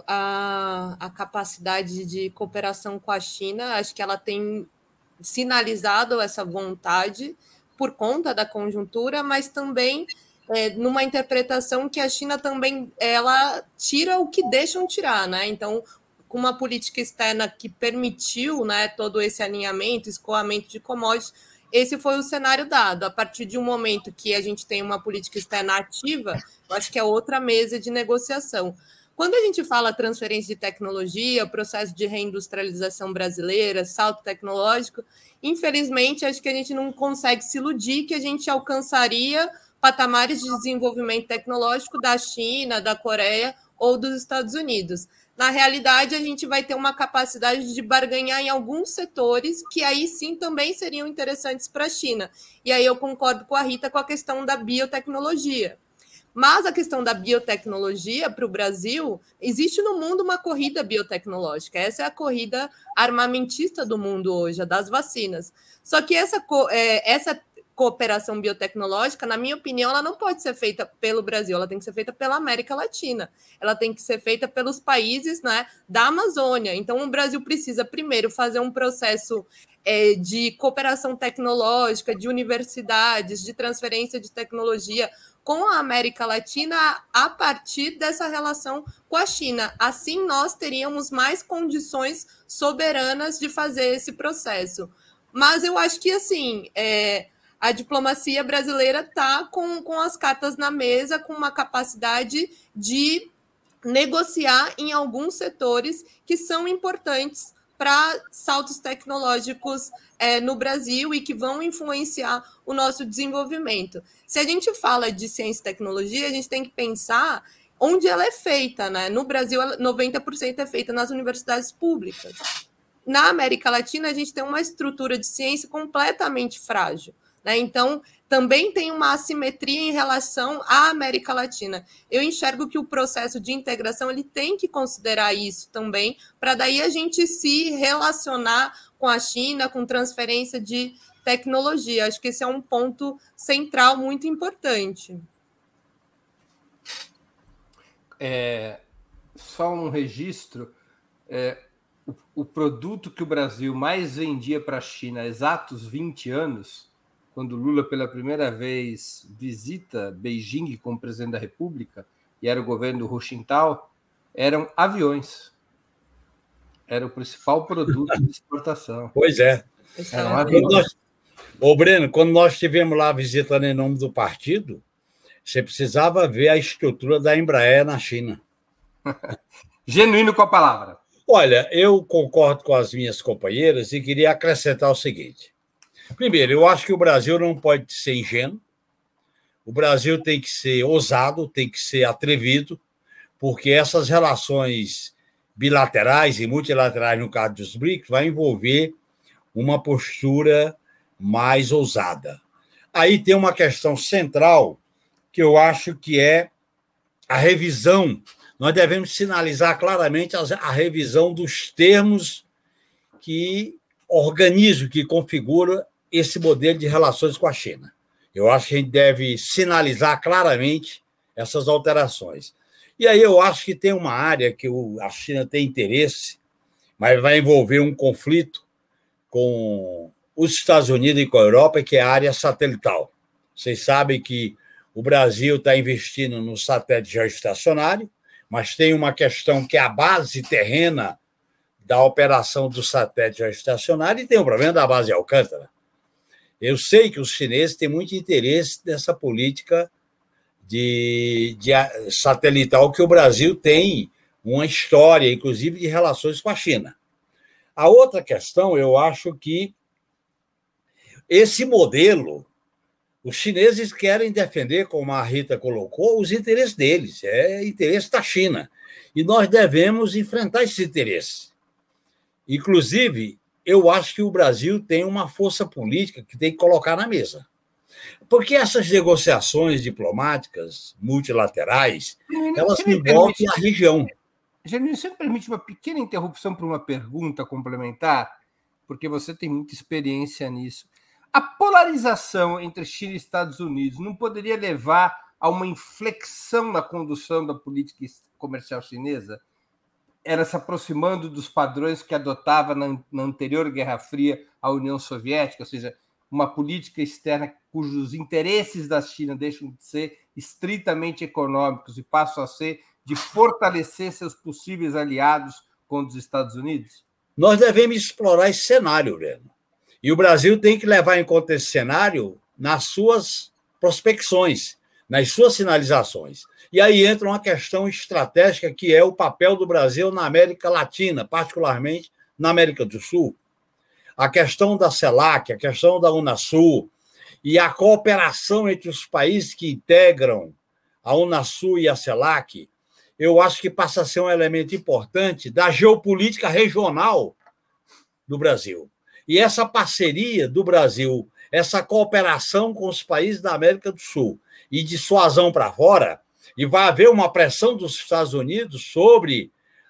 à, à capacidade de cooperação com a China. Acho que ela tem sinalizado essa vontade por conta da conjuntura, mas também é, numa interpretação que a China também ela tira o que deixam tirar, né? Então, com uma política externa que permitiu, né, todo esse alinhamento, escoamento de commodities, esse foi o cenário dado. A partir de um momento que a gente tem uma política externa ativa, eu acho que é outra mesa de negociação. Quando a gente fala transferência de tecnologia, processo de reindustrialização brasileira, salto tecnológico, infelizmente, acho que a gente não consegue se iludir que a gente alcançaria patamares de desenvolvimento tecnológico da China, da Coreia ou dos Estados Unidos. Na realidade, a gente vai ter uma capacidade de barganhar em alguns setores que aí sim também seriam interessantes para a China. E aí eu concordo com a Rita com a questão da biotecnologia. Mas a questão da biotecnologia para o Brasil, existe no mundo uma corrida biotecnológica. Essa é a corrida armamentista do mundo hoje, a das vacinas. Só que essa, é, essa cooperação biotecnológica, na minha opinião, ela não pode ser feita pelo Brasil, ela tem que ser feita pela América Latina. Ela tem que ser feita pelos países, né, da Amazônia. Então, o Brasil precisa, primeiro, fazer um processo é, de cooperação tecnológica, de universidades, de transferência de tecnologia com a América Latina a partir dessa relação com a China. Assim, nós teríamos mais condições soberanas de fazer esse processo. Mas eu acho que, assim, é, a diplomacia brasileira está com, com as cartas na mesa, com uma capacidade de negociar em alguns setores que são importantes para saltos tecnológicos é, no Brasil e que vão influenciar o nosso desenvolvimento. Se a gente fala de ciência e tecnologia, a gente tem que pensar onde ela é feita, né? No Brasil, noventa por cento é feita nas universidades públicas. Na América Latina, a gente tem uma estrutura de ciência completamente frágil, né? Então, também tem uma assimetria em relação à América Latina. Eu enxergo que o processo de integração ele tem que considerar isso também, para daí a gente se relacionar com a China, com transferência de tecnologia. Acho que esse é um ponto central muito importante. É, só um registro, é, o, o produto que o Brasil mais vendia para a China há exatos vinte anos, quando Lula pela primeira vez visita Beijing como presidente da República, e era o governo do Hu Jintao, eram aviões. Era o principal produto de exportação. Pois é. Eram aviões. Nós, ô, Breno, quando nós estivemos lá visitando em nome do partido, você precisava ver a estrutura da Embraer na China. Genuíno com a palavra. Olha, eu concordo com as minhas companheiras e queria acrescentar o seguinte. Primeiro, eu acho que o Brasil não pode ser ingênuo. O Brasil tem que ser ousado, tem que ser atrevido, porque essas relações bilaterais e multilaterais, no caso dos BRICS, vai envolver uma postura mais ousada. Aí tem uma questão central que eu acho que é a revisão. Nós devemos sinalizar claramente a revisão dos termos que organizam, que configuram esse modelo de relações com a China. Eu acho que a gente deve sinalizar claramente essas alterações. E aí eu acho que tem uma área que a China tem interesse, mas vai envolver um conflito com os Estados Unidos e com a Europa, que é a área satelital. Vocês sabem que o Brasil está investindo no satélite geoestacionário, mas tem uma questão que é a base terrena da operação do satélite geoestacionário e tem o problema da base de Alcântara. Eu sei que os chineses têm muito interesse nessa política de, de satelital que o Brasil tem uma história, inclusive, de relações com a China. A outra questão, eu acho que esse modelo, os chineses querem defender, como a Rita colocou, os interesses deles, é interesse da China. E nós devemos enfrentar esse interesse. Inclusive, eu acho que o Brasil tem uma força política que tem que colocar na mesa. Porque essas negociações diplomáticas multilaterais, elas envolvem a região. Genuíno, você me permite uma pequena interrupção para uma pergunta complementar, porque você tem muita experiência nisso. A polarização entre China e Estados Unidos não poderia levar a uma inflexão na condução da política comercial chinesa? Era se aproximando dos padrões que adotava na, na anterior Guerra Fria a União Soviética, ou seja, uma política externa cujos interesses da China deixam de ser estritamente econômicos e passam a ser de fortalecer seus possíveis aliados contra os Estados Unidos? Nós devemos explorar esse cenário, Breno. E o Brasil tem que levar em conta esse cenário nas suas prospecções, nas suas sinalizações. E aí entra uma questão estratégica, que é o papel do Brasil na América Latina, particularmente na América do Sul. A questão da CELAC, a questão da Unasul e a cooperação entre os países que integram a Unasul e a CELAC, eu acho que passa a ser um elemento importante da geopolítica regional do Brasil. E essa parceria do Brasil, essa cooperação com os países da América do Sul e dissuasão para fora, e vai haver uma pressão dos Estados Unidos sobre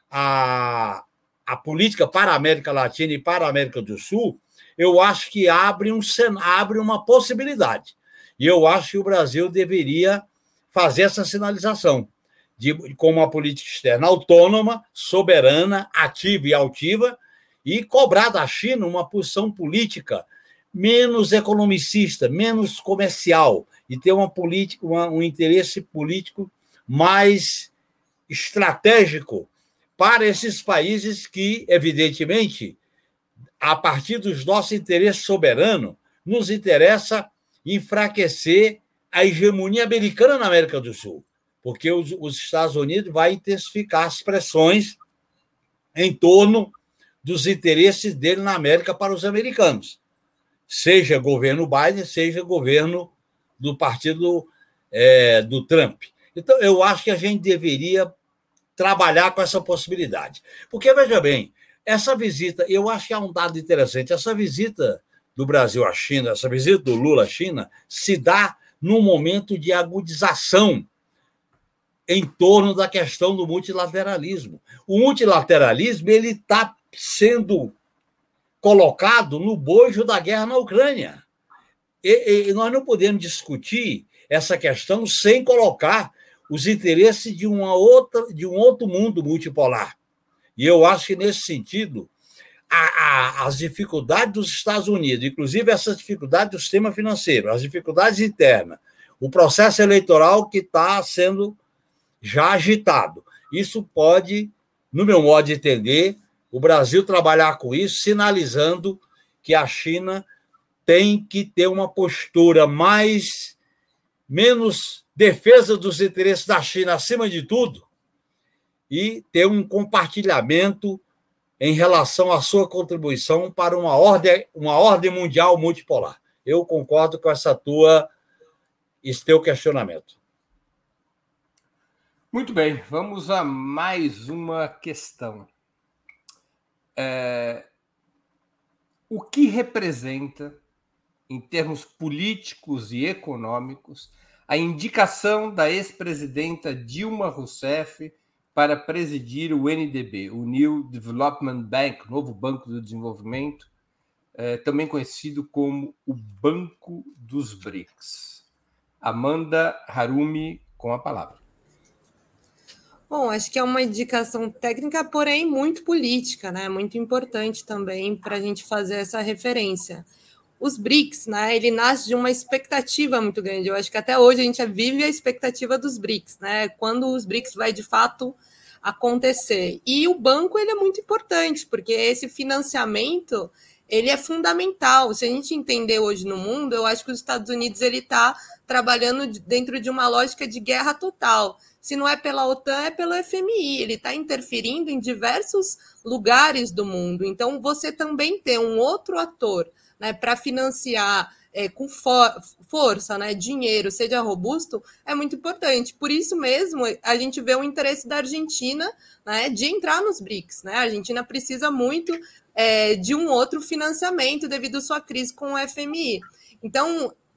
a, a política para a América Latina e para a América do Sul, eu acho que abre, um, abre uma possibilidade. E eu acho que o Brasil deveria fazer essa sinalização de, com uma política externa autônoma, soberana, ativa e altiva, e cobrar da China uma posição política menos economicista, menos comercial, e ter uma política, uma, um interesse político mais estratégico para esses países que, evidentemente, a partir dos nossos interesses soberanos, nos interessa enfraquecer a hegemonia americana na América do Sul, porque os, os Estados Unidos vão intensificar as pressões em torno dos interesses dele na América para os americanos, seja governo Biden, seja governo do partido é, do Trump. Então, eu acho que a gente deveria trabalhar com essa possibilidade. Porque, veja bem, essa visita, eu acho que é um dado interessante, essa visita do Brasil à China, essa visita do Lula à China, se dá num momento de agudização em torno da questão do multilateralismo. O multilateralismo ele está sendo colocado no bojo da guerra na Ucrânia. E, e nós não podemos discutir essa questão sem colocar os interesses de, uma outra, de um outro mundo multipolar. E eu acho que, nesse sentido, a, a, as dificuldades dos Estados Unidos, inclusive essas dificuldades do sistema financeiro, as dificuldades internas, o processo eleitoral que está sendo já agitado, isso pode, no meu modo de entender, o Brasil trabalhar com isso, sinalizando que a China tem que ter uma postura mais, menos defesa dos interesses da China acima de tudo e ter um compartilhamento em relação à sua contribuição para uma ordem, uma ordem mundial multipolar. Eu concordo com essa tua, esse teu questionamento. Muito bem, vamos a mais uma questão. É, o que representa, em termos políticos e econômicos, a indicação da ex-presidenta Dilma Rousseff para presidir o N D B, o New Development Bank, Novo Banco do Desenvolvimento, é, também conhecido como o Banco dos B R I C S? Amanda Harumi, com a palavra. Bom, acho que é uma indicação técnica, porém muito política, né? Muito importante também para a gente fazer essa referência. Os B R I C S, né? Ele nasce de uma expectativa muito grande. Eu acho que até hoje a gente vive a expectativa dos B R I C S, né? Quando os B R I C S vai de fato acontecer. E o banco ele é muito importante, porque esse financiamento ele é fundamental. Se a gente entender hoje no mundo, eu acho que os Estados Unidos ele está trabalhando dentro de uma lógica de guerra total. Se não é pela OTAN, é pelo F M I. Ele está interferindo em diversos lugares do mundo. Então, você também ter um outro ator, né, para financiar é, com for força, né, dinheiro, seja robusto, é muito importante. Por isso mesmo, a gente vê o interesse da Argentina, né, de entrar nos B R I C S. Né? A Argentina precisa muito é, de um outro financiamento devido à sua crise com o F M I. Então,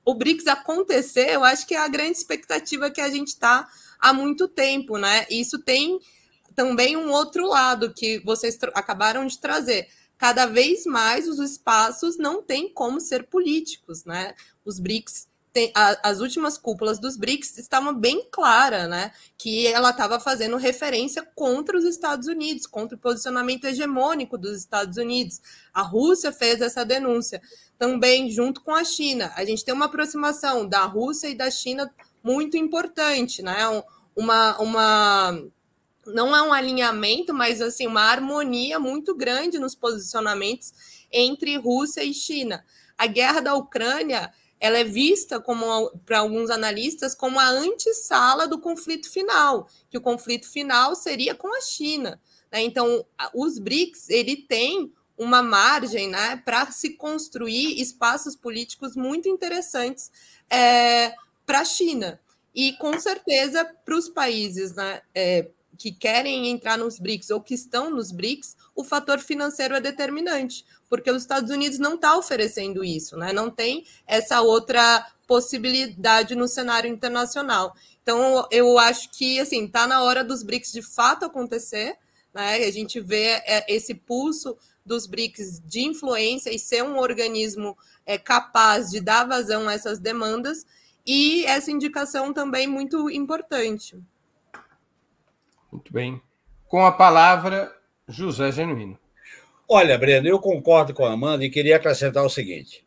o BRICS acontecer, eu acho que é a grande expectativa que a gente está há muito tempo, né? E isso tem também um outro lado que vocês acabaram de trazer. Cada vez mais os espaços não têm como ser políticos, né? Os BRICS, tem, a, as últimas cúpulas dos BRICS estavam bem claras, né? Que ela estava fazendo referência contra os Estados Unidos, contra o posicionamento hegemônico dos Estados Unidos. A Rússia fez essa denúncia também junto com a China. A gente tem uma aproximação da Rússia e da China muito importante, né? Uma... uma não é um alinhamento, mas assim, uma harmonia muito grande nos posicionamentos entre Rússia e China. A guerra da Ucrânia, ela é vista como, para alguns analistas, como a antessala do conflito final, que o conflito final seria com a China, né? Então, os BRICS, ele tem uma margem, né, para se construir espaços políticos muito interessantes é, para a China. E, com certeza, para os países, né, é, que querem entrar nos BRICS ou que estão nos BRICS, o fator financeiro é determinante, porque os Estados Unidos não está oferecendo isso, né? Não tem essa outra possibilidade no cenário internacional. Então, eu acho que assim, está na hora dos BRICS de fato acontecer, né? A gente vê esse pulso dos BRICS de influência e ser um organismo é, capaz de dar vazão a essas demandas, e essa indicação também muito importante. Muito bem. Com a palavra, José Genuíno. Olha, Breno, eu concordo com a Amanda e queria acrescentar o seguinte.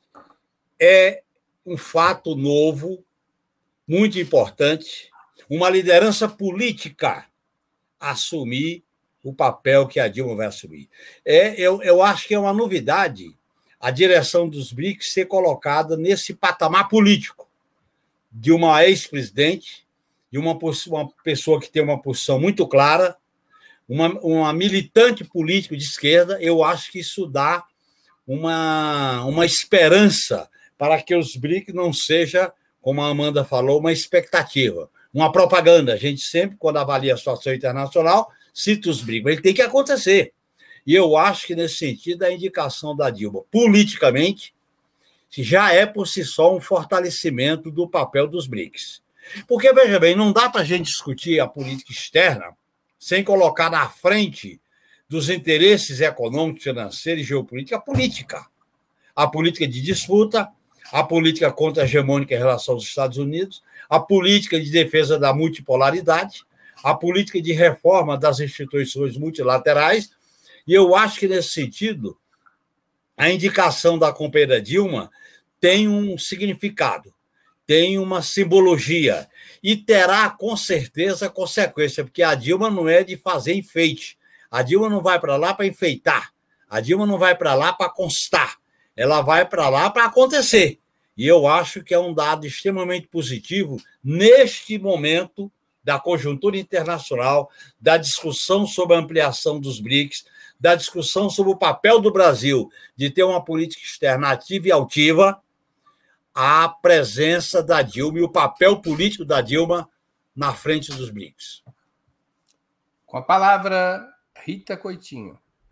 É um fato novo, muito importante, uma liderança política assumir o papel que a Dilma vai assumir. É, eu, eu acho que é uma novidade a direção dos BRICS ser colocada nesse patamar político de uma ex-presidente, de uma, uma pessoa que tem uma posição muito clara, uma, uma militante político de esquerda. Eu acho que isso dá uma, uma esperança para que os BRICS não seja, como a Amanda falou, uma expectativa, uma propaganda. A gente sempre, quando avalia a situação internacional, cita os BRICS, mas ele tem que acontecer. E eu acho que, nesse sentido, a indicação da Dilma, politicamente, já é, por si só, um fortalecimento do papel dos BRICS. Porque, veja bem, não dá para a gente discutir a política externa sem colocar na frente dos interesses econômicos, financeiros e geopolítica a política. A política de disputa, a política contra-hegemônica em relação aos Estados Unidos, a política de defesa da multipolaridade, a política de reforma das instituições multilaterais. E eu acho que, nesse sentido, a indicação da companheira Dilma tem um significado, tem uma simbologia e terá, com certeza, consequência, porque a Dilma não é de fazer enfeite. A Dilma não vai para lá para enfeitar. A Dilma não vai para lá para constar. Ela vai para lá para acontecer. E eu acho que é um dado extremamente positivo neste momento da conjuntura internacional, da discussão sobre a ampliação dos BRICS, da discussão sobre o papel do Brasil de ter uma política externa ativa e altiva, a presença da Dilma e o papel político da Dilma na frente dos BRICS. Com a palavra, Rita Coitinho.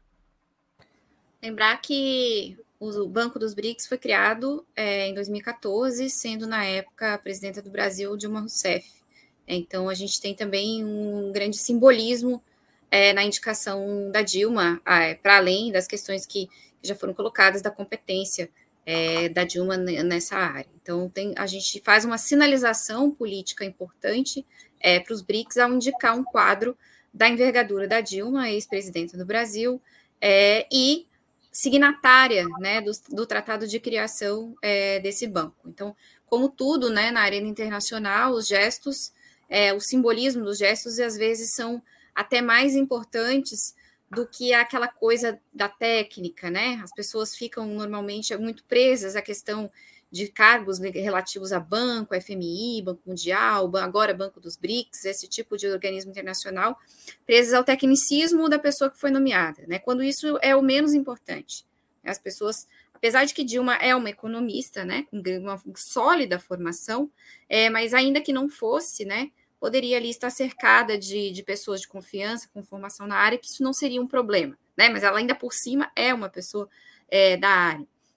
Lembrar que o Banco dos BRICS foi criado é, em dois mil e quatorze, sendo, na época, a presidenta do Brasil, Dilma Rousseff. Então, a gente tem também um grande simbolismo é, na indicação da Dilma, é, para além das questões que, que já foram colocadas da competência É, da Dilma nessa área. Então, tem, a gente faz uma sinalização política importante é, para os BRICS ao indicar um quadro da envergadura da Dilma, ex-presidenta do Brasil, é, e signatária, né, do, do tratado de criação é, desse banco. Então, como tudo, né, na arena internacional, os gestos, é, o simbolismo dos gestos, às vezes, são até mais importantes do que aquela coisa da técnica, né? As pessoas ficam normalmente muito presas à questão de cargos relativos a banco, F M I, Banco Mundial, agora Banco dos BRICS, esse tipo de organismo internacional, presas ao tecnicismo da pessoa que foi nomeada, né? Quando isso é o menos importante. As pessoas, apesar de que Dilma é uma economista, né, com uma sólida formação, é, mas ainda que não fosse, né, poderia ali estar cercada de, de pessoas de confiança, com formação na área, que isso não seria um problema, né? Mas ela ainda por cima é uma pessoa é, da área.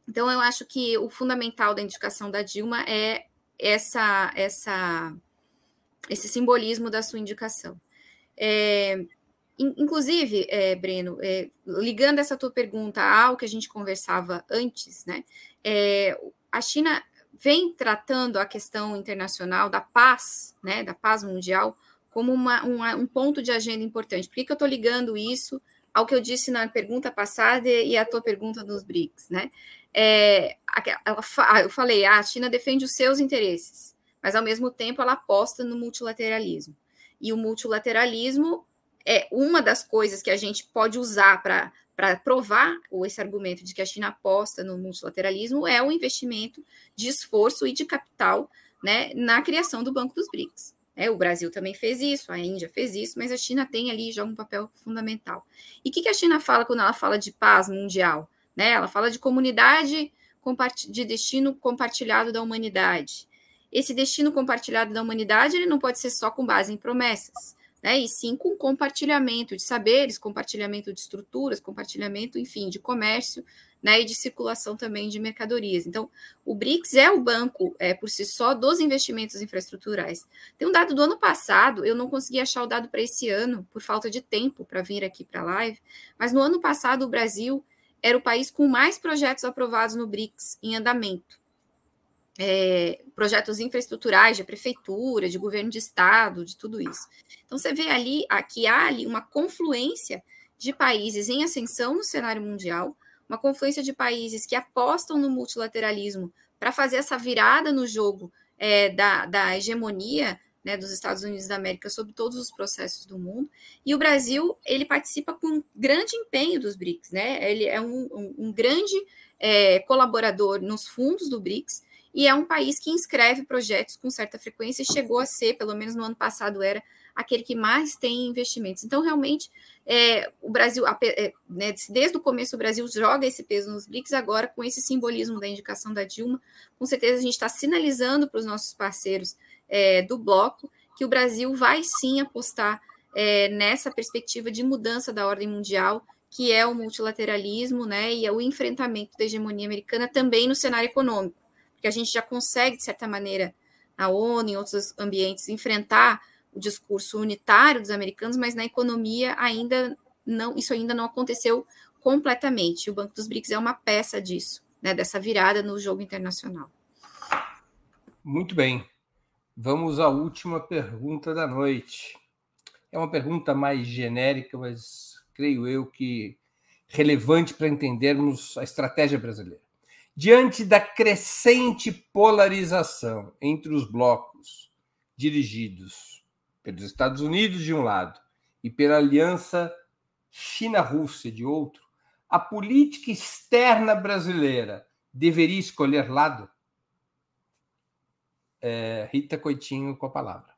Então, eu acho que o fundamental da indicação da Dilma é essa, essa, esse simbolismo da sua indicação. É, inclusive, é, Breno, é, ligando essa tua pergunta ao que a gente conversava antes, né, é, a China vem tratando a questão internacional da paz, né, da paz mundial, como uma, uma, um ponto de agenda importante. Por que, que eu estou ligando isso ao que eu disse na pergunta passada e à tua pergunta dos BRICS, né? É, ela, eu falei, ah, a China defende os seus interesses, mas, ao mesmo tempo, ela aposta no multilateralismo. E o multilateralismo é uma das coisas que a gente pode usar para para provar esse argumento de que a China aposta no multilateralismo é o investimento de esforço e de capital, né, na criação do Banco dos BRICS. É, o Brasil também fez isso, a Índia fez isso, mas a China tem ali já um papel fundamental. E o que, que a China fala quando ela fala de paz mundial? Né? Ela fala de comunidade de destino compartilhado da humanidade. Esse destino compartilhado da humanidade ele não pode ser só com base em promessas, né? E sim com compartilhamento de saberes, compartilhamento de estruturas, compartilhamento, enfim, de comércio, né, e de circulação também de mercadorias. Então, o BRICS é o banco, é, por si só, dos investimentos infraestruturais. Tem um dado do ano passado, eu não consegui achar o dado para esse ano, por falta de tempo para vir aqui para a live, mas no ano passado o Brasil era o país com mais projetos aprovados no BRICS em andamento. É, projetos infraestruturais de prefeitura, de governo de estado, de tudo isso. Então, você vê ali, aqui há ali uma confluência de países em ascensão no cenário mundial, uma confluência de países que apostam no multilateralismo para fazer essa virada no jogo é, da, da hegemonia, né, dos Estados Unidos da América sobre todos os processos do mundo, e o Brasil ele participa com grande empenho dos BRICS, né? Ele é um, um, um grande é, colaborador nos fundos do BRICS, e é um país que inscreve projetos com certa frequência e chegou a ser, pelo menos no ano passado era, aquele que mais tem investimentos. Então, realmente, é, o Brasil, é, né, desde o começo, o Brasil joga esse peso nos BRICS, agora com esse simbolismo da indicação da Dilma, com certeza a gente está sinalizando para os nossos parceiros é, do bloco que o Brasil vai sim apostar é, nessa perspectiva de mudança da ordem mundial, que é o multilateralismo, né, e é o enfrentamento da hegemonia americana também no cenário econômico, porque a gente já consegue, de certa maneira, na ONU, em outros ambientes, enfrentar o discurso unitário dos americanos, mas na economia ainda não, isso ainda não aconteceu completamente. O Banco dos BRICS é uma peça disso, né, dessa virada no jogo internacional. Muito bem. Vamos à última pergunta da noite. É uma pergunta mais genérica, mas creio eu que relevante para entendermos a estratégia brasileira. Diante da crescente polarização entre os blocos dirigidos pelos Estados Unidos de um lado e pela aliança China-Rússia de outro, a política externa brasileira deveria escolher lado? É, Rita Coitinho com a palavra.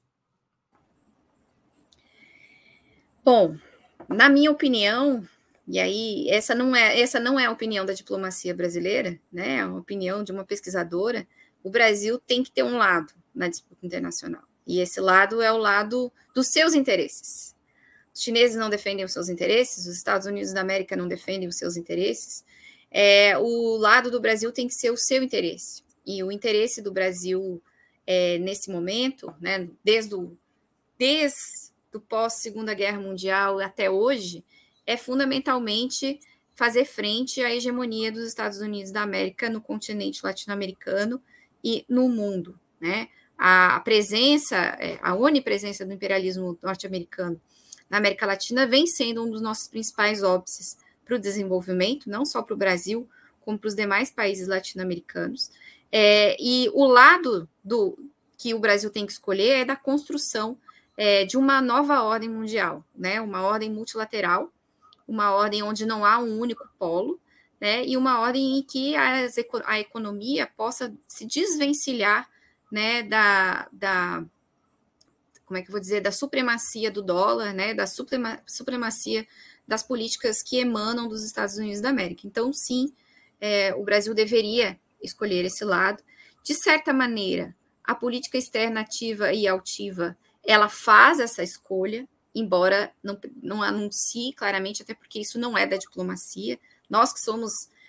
Bom, na minha opinião, e aí essa não é, essa não é a opinião da diplomacia brasileira, né? É uma opinião de uma pesquisadora. O Brasil tem que ter um lado na disputa internacional. E esse lado é o lado dos seus interesses. Os chineses não defendem os seus interesses, os Estados Unidos da América não defendem os seus interesses. É, o lado do Brasil tem que ser o seu interesse. E o interesse do Brasil, é, nesse momento, né, desde o desde o pós-Segunda Guerra Mundial até hoje, é fundamentalmente fazer frente à hegemonia dos Estados Unidos da América no continente latino-americano e no mundo, né? A presença, a onipresença do imperialismo norte-americano na América Latina vem sendo um dos nossos principais óbices para o desenvolvimento, não só para o Brasil, como para os demais países latino-americanos. É, e o lado do, que o Brasil tem que escolher é da construção é, de uma nova ordem mundial, né? Uma ordem multilateral, uma ordem onde não há um único polo, né? E uma ordem em que as, a economia possa se desvencilhar, né, da, da, como é que eu vou dizer, da supremacia do dólar, né, da suprema, supremacia das políticas que emanam dos Estados Unidos da América. Então, sim, é, o Brasil deveria escolher esse lado. De certa maneira, a política externa ativa e altiva, ela faz essa escolha, embora não, não anuncie claramente, até porque isso não é da diplomacia. Nós que somos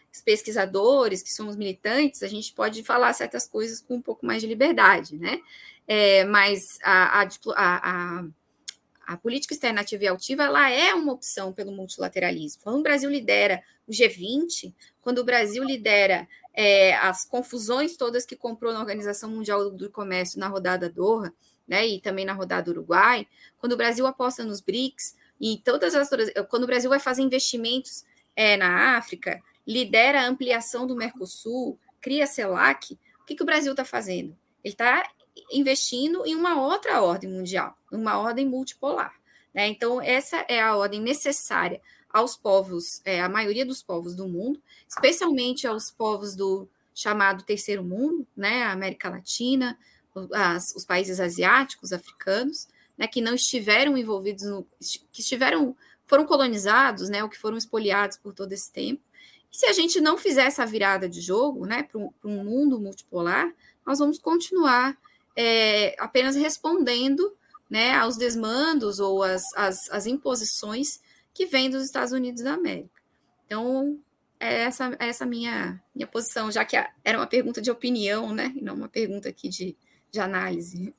pesquisadores, que somos militantes, a gente pode falar certas coisas com um pouco mais de liberdade, né? É, mas a, a, a, a política externa ativa e altiva, ela é uma opção pelo multilateralismo. Quando o Brasil lidera o G vinte, quando o Brasil lidera é, as confusões todas que comprou na Organização Mundial do Comércio na rodada Doha, né, e também na rodada Uruguai, quando o Brasil aposta nos BRICS, e todas as quando o Brasil vai fazer investimentos é, na África, lidera a ampliação do Mercosul, cria a CELAC, o que, que o Brasil está fazendo? Ele está investindo em uma outra ordem mundial, uma ordem multipolar, né? Então, essa é a ordem necessária aos povos, é, a maioria dos povos do mundo, especialmente aos povos do chamado terceiro mundo, né? A América Latina, as, os países asiáticos, africanos, né? Que não estiveram envolvidos, no, que estiveram, foram colonizados, né? Ou que foram espoliados por todo esse tempo. E se a gente não fizer essa virada de jogo, né? Para um, para um mundo multipolar, nós vamos continuar É, apenas respondendo, né, aos desmandos ou às, às, às imposições que vêm dos Estados Unidos da América. Então, é essa, é essa minha, minha posição, já que era uma pergunta de opinião, né, e não uma pergunta aqui de, de análise.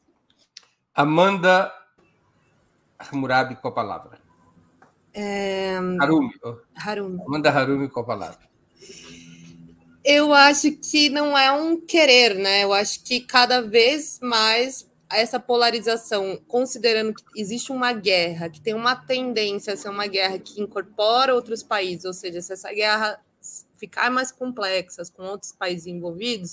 Amanda Hammurabi com a palavra. É... Harumi. Harumi. Amanda Harumi com a palavra. Eu acho que não é um querer, né? Eu acho que cada vez mais essa polarização, considerando que existe uma guerra, que tem uma tendência a ser uma guerra que incorpora outros países, ou seja, se essa guerra ficar mais complexa, com outros países envolvidos,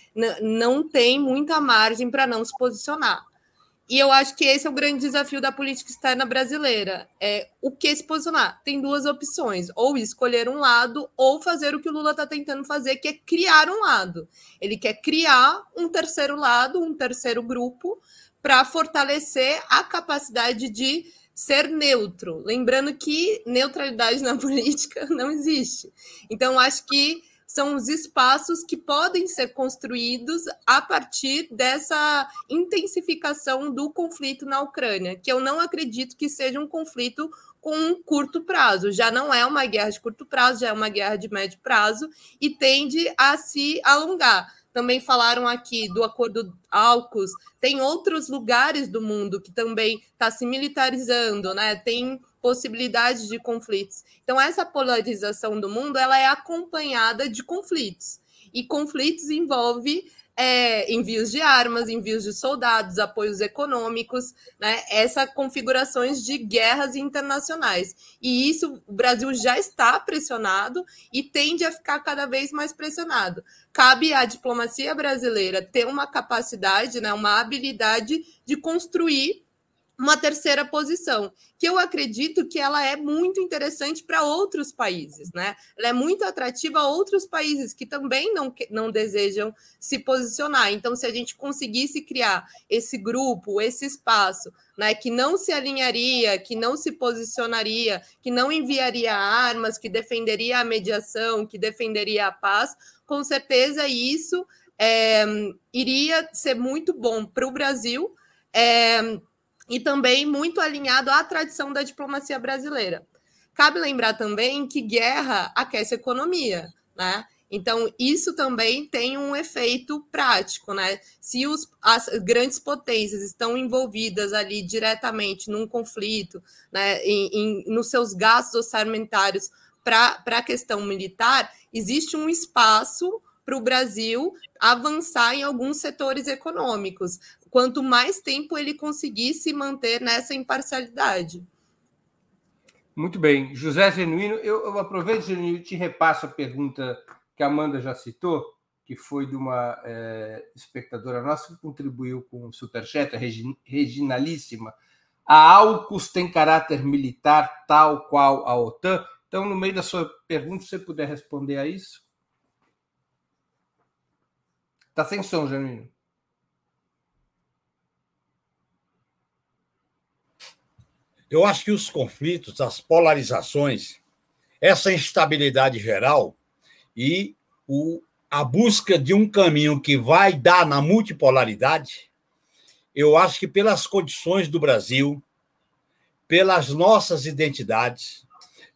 não tem muita margem para não se posicionar. E eu acho que esse é o grande desafio da política externa brasileira. É o que se posicionar. Tem duas opções, ou escolher um lado, ou fazer o que o Lula está tentando fazer, que é criar um lado. Ele quer criar um terceiro lado, um terceiro grupo, para fortalecer a capacidade de ser neutro. Lembrando que neutralidade na política não existe. Então, acho que são os espaços que podem ser construídos a partir dessa intensificação do conflito na Ucrânia, que eu não acredito que seja um conflito com um curto prazo. Já não é uma guerra de curto prazo, já é uma guerra de médio prazo e tende a se alongar. Também falaram aqui do acordo AUKUS, tem outros lugares do mundo que também está se militarizando, né? Tem possibilidades de conflitos. Então, essa polarização do mundo ela é acompanhada de conflitos. E conflitos envolve é, envios de armas, envios de soldados, apoios econômicos, né? Essas configurações de guerras internacionais. E isso o Brasil já está pressionado e tende a ficar cada vez mais pressionado. Cabe à diplomacia brasileira ter uma capacidade, né, uma habilidade de construir uma terceira posição, que eu acredito que ela é muito interessante para outros países, né? Ela é muito atrativa a outros países que também não, não desejam se posicionar. Então, se a gente conseguisse criar esse grupo, esse espaço, né, que não se alinharia, que não se posicionaria, que não enviaria armas, que defenderia a mediação, que defenderia a paz, com certeza isso é, iria ser muito bom para o Brasil, é, e também muito alinhado à tradição da diplomacia brasileira. Cabe lembrar também que guerra aquece a economia, né? Então, isso também tem um efeito prático, né? Se os, as grandes potências estão envolvidas ali diretamente num conflito, né, em, em, nos seus gastos orçamentários para a questão militar, existe um espaço para o Brasil avançar em alguns setores econômicos, quanto mais tempo ele conseguir se manter nessa imparcialidade. Muito bem. José Genuíno, eu, eu aproveito, Genuíno, e te repasso a pergunta que a Amanda já citou, que foi de uma é, espectadora nossa que contribuiu com o Superchat, a Reginalíssima. A AUKUS tem caráter militar tal qual a OTAN? Então, no meio da sua pergunta, se você puder responder a isso. Está sem som, Genuíno. Eu acho que os conflitos, as polarizações, essa instabilidade geral e o, a busca de um caminho que vai dar na multipolaridade, eu acho que pelas condições do Brasil, pelas nossas identidades,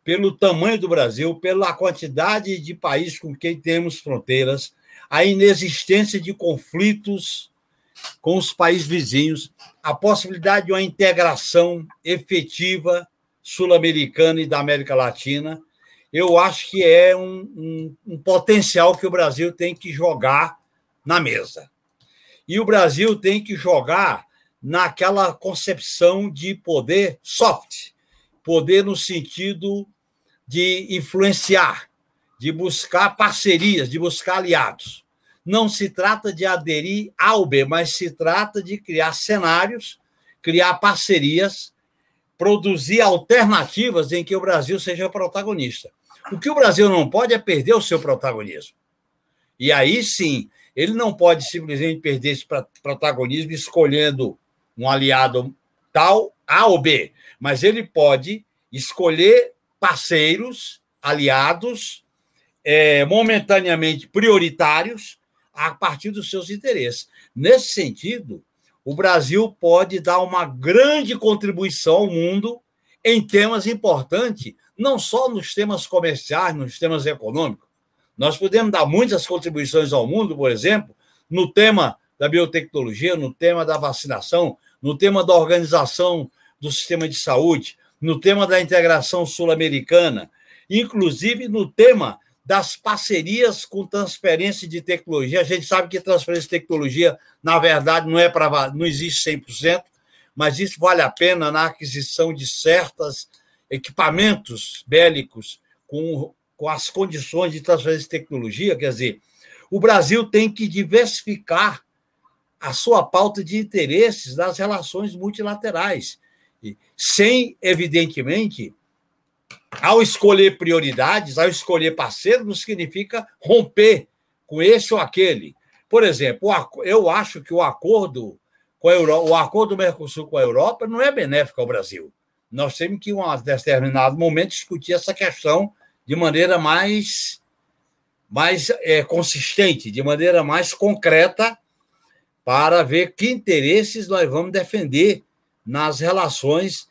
pelo tamanho do Brasil, pela quantidade de países com quem temos fronteiras, a inexistência de conflitos com os países vizinhos, a possibilidade de uma integração efetiva sul-americana e da América Latina, eu acho que é um, um, um potencial que o Brasil tem que jogar na mesa. E o Brasil tem que jogar naquela concepção de poder soft, poder no sentido de influenciar, de buscar parcerias, de buscar aliados. Não se trata de aderir A ou B, mas se trata de criar cenários, criar parcerias, produzir alternativas em que o Brasil seja protagonista. O que o Brasil não pode é perder o seu protagonismo. E aí, sim, ele não pode simplesmente perder esse protagonismo escolhendo um aliado tal, A ou B, mas ele pode escolher parceiros, aliados, é, momentaneamente prioritários, a partir dos seus interesses. Nesse sentido, o Brasil pode dar uma grande contribuição ao mundo em temas importantes, não só nos temas comerciais, nos temas econômicos. Nós podemos dar muitas contribuições ao mundo, por exemplo, no tema da biotecnologia, no tema da vacinação, no tema da organização do sistema de saúde, no tema da integração sul-americana, inclusive no tema das parcerias com transferência de tecnologia. A gente sabe que transferência de tecnologia, na verdade, não é para, não existe cem por cento, mas isso vale a pena na aquisição de certos equipamentos bélicos com, com as condições de transferência de tecnologia. Quer dizer, o Brasil tem que diversificar a sua pauta de interesses nas relações multilaterais, sem, evidentemente, ao escolher prioridades, ao escolher parceiros, não significa romper com esse ou aquele. Por exemplo, eu acho que o acordo, com a Europa, o acordo do Mercosul com a Europa não é benéfico ao Brasil. Nós temos que, em um determinado momento, discutir essa questão de maneira mais, mais é, consistente, de maneira mais concreta, para ver que interesses nós vamos defender nas relações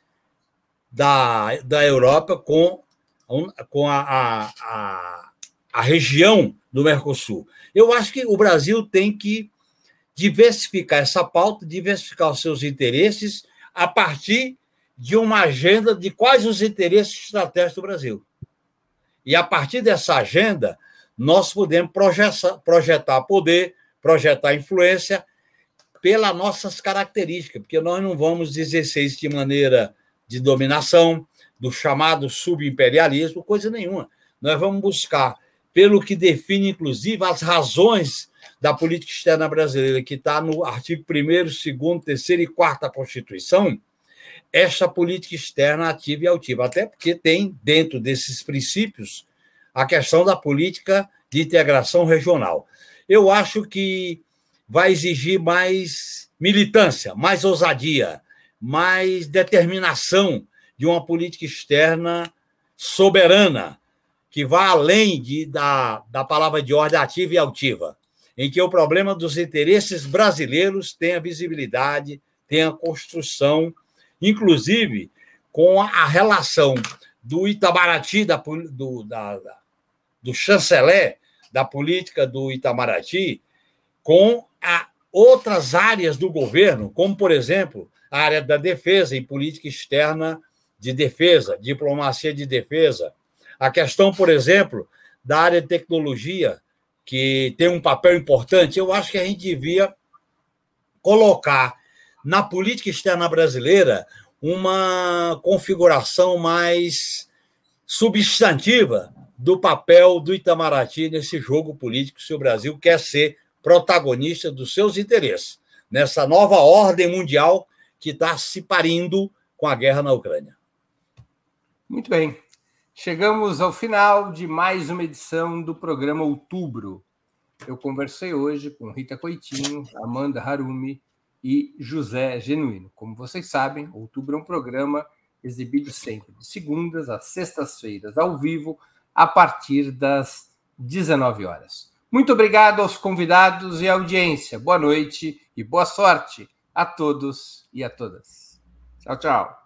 da, da Europa com, com a, a, a, a região do Mercosul. Eu acho que o Brasil tem que diversificar essa pauta, diversificar os seus interesses a partir de uma agenda de quais os interesses estratégicos do Brasil. E, a partir dessa agenda, nós podemos projetar, projetar poder, projetar influência pelas nossas características, porque nós não vamos exercer isso de maneira de dominação, do chamado subimperialismo, coisa nenhuma. Nós vamos buscar, pelo que define, inclusive, as razões da política externa brasileira, que está no artigo primeiro, segundo, terceiro e quarto da Constituição, essa política externa ativa e altiva, até porque tem, dentro desses princípios, a questão da política de integração regional. Eu acho que vai exigir mais militância, mais ousadia, mais determinação de uma política externa soberana, que vá além de, da, da palavra de ordem ativa e altiva, em que o problema dos interesses brasileiros tenha visibilidade, tenha construção, inclusive com a relação do Itamaraty, da, do, da, do chanceler da política do Itamaraty, com a outras áreas do governo, como, por exemplo, a área da defesa e política externa de defesa, diplomacia de defesa. A questão, por exemplo, da área de tecnologia, que tem um papel importante. Eu acho que a gente devia colocar na política externa brasileira uma configuração mais substantiva do papel do Itamaraty nesse jogo político, se o Brasil quer ser protagonista dos seus interesses, nessa nova ordem mundial que está se parindo com a guerra na Ucrânia. Muito bem. Chegamos ao final de mais uma edição do programa Outubro. Eu conversei hoje com Rita Coitinho, Amanda Harumi e José Genuíno. Como vocês sabem, Outubro é um programa exibido sempre de segundas às sextas-feiras, ao vivo, a partir das dezenove horas. Muito obrigado aos convidados e à audiência. Boa noite e boa sorte a todos e a todas. Tchau, tchau.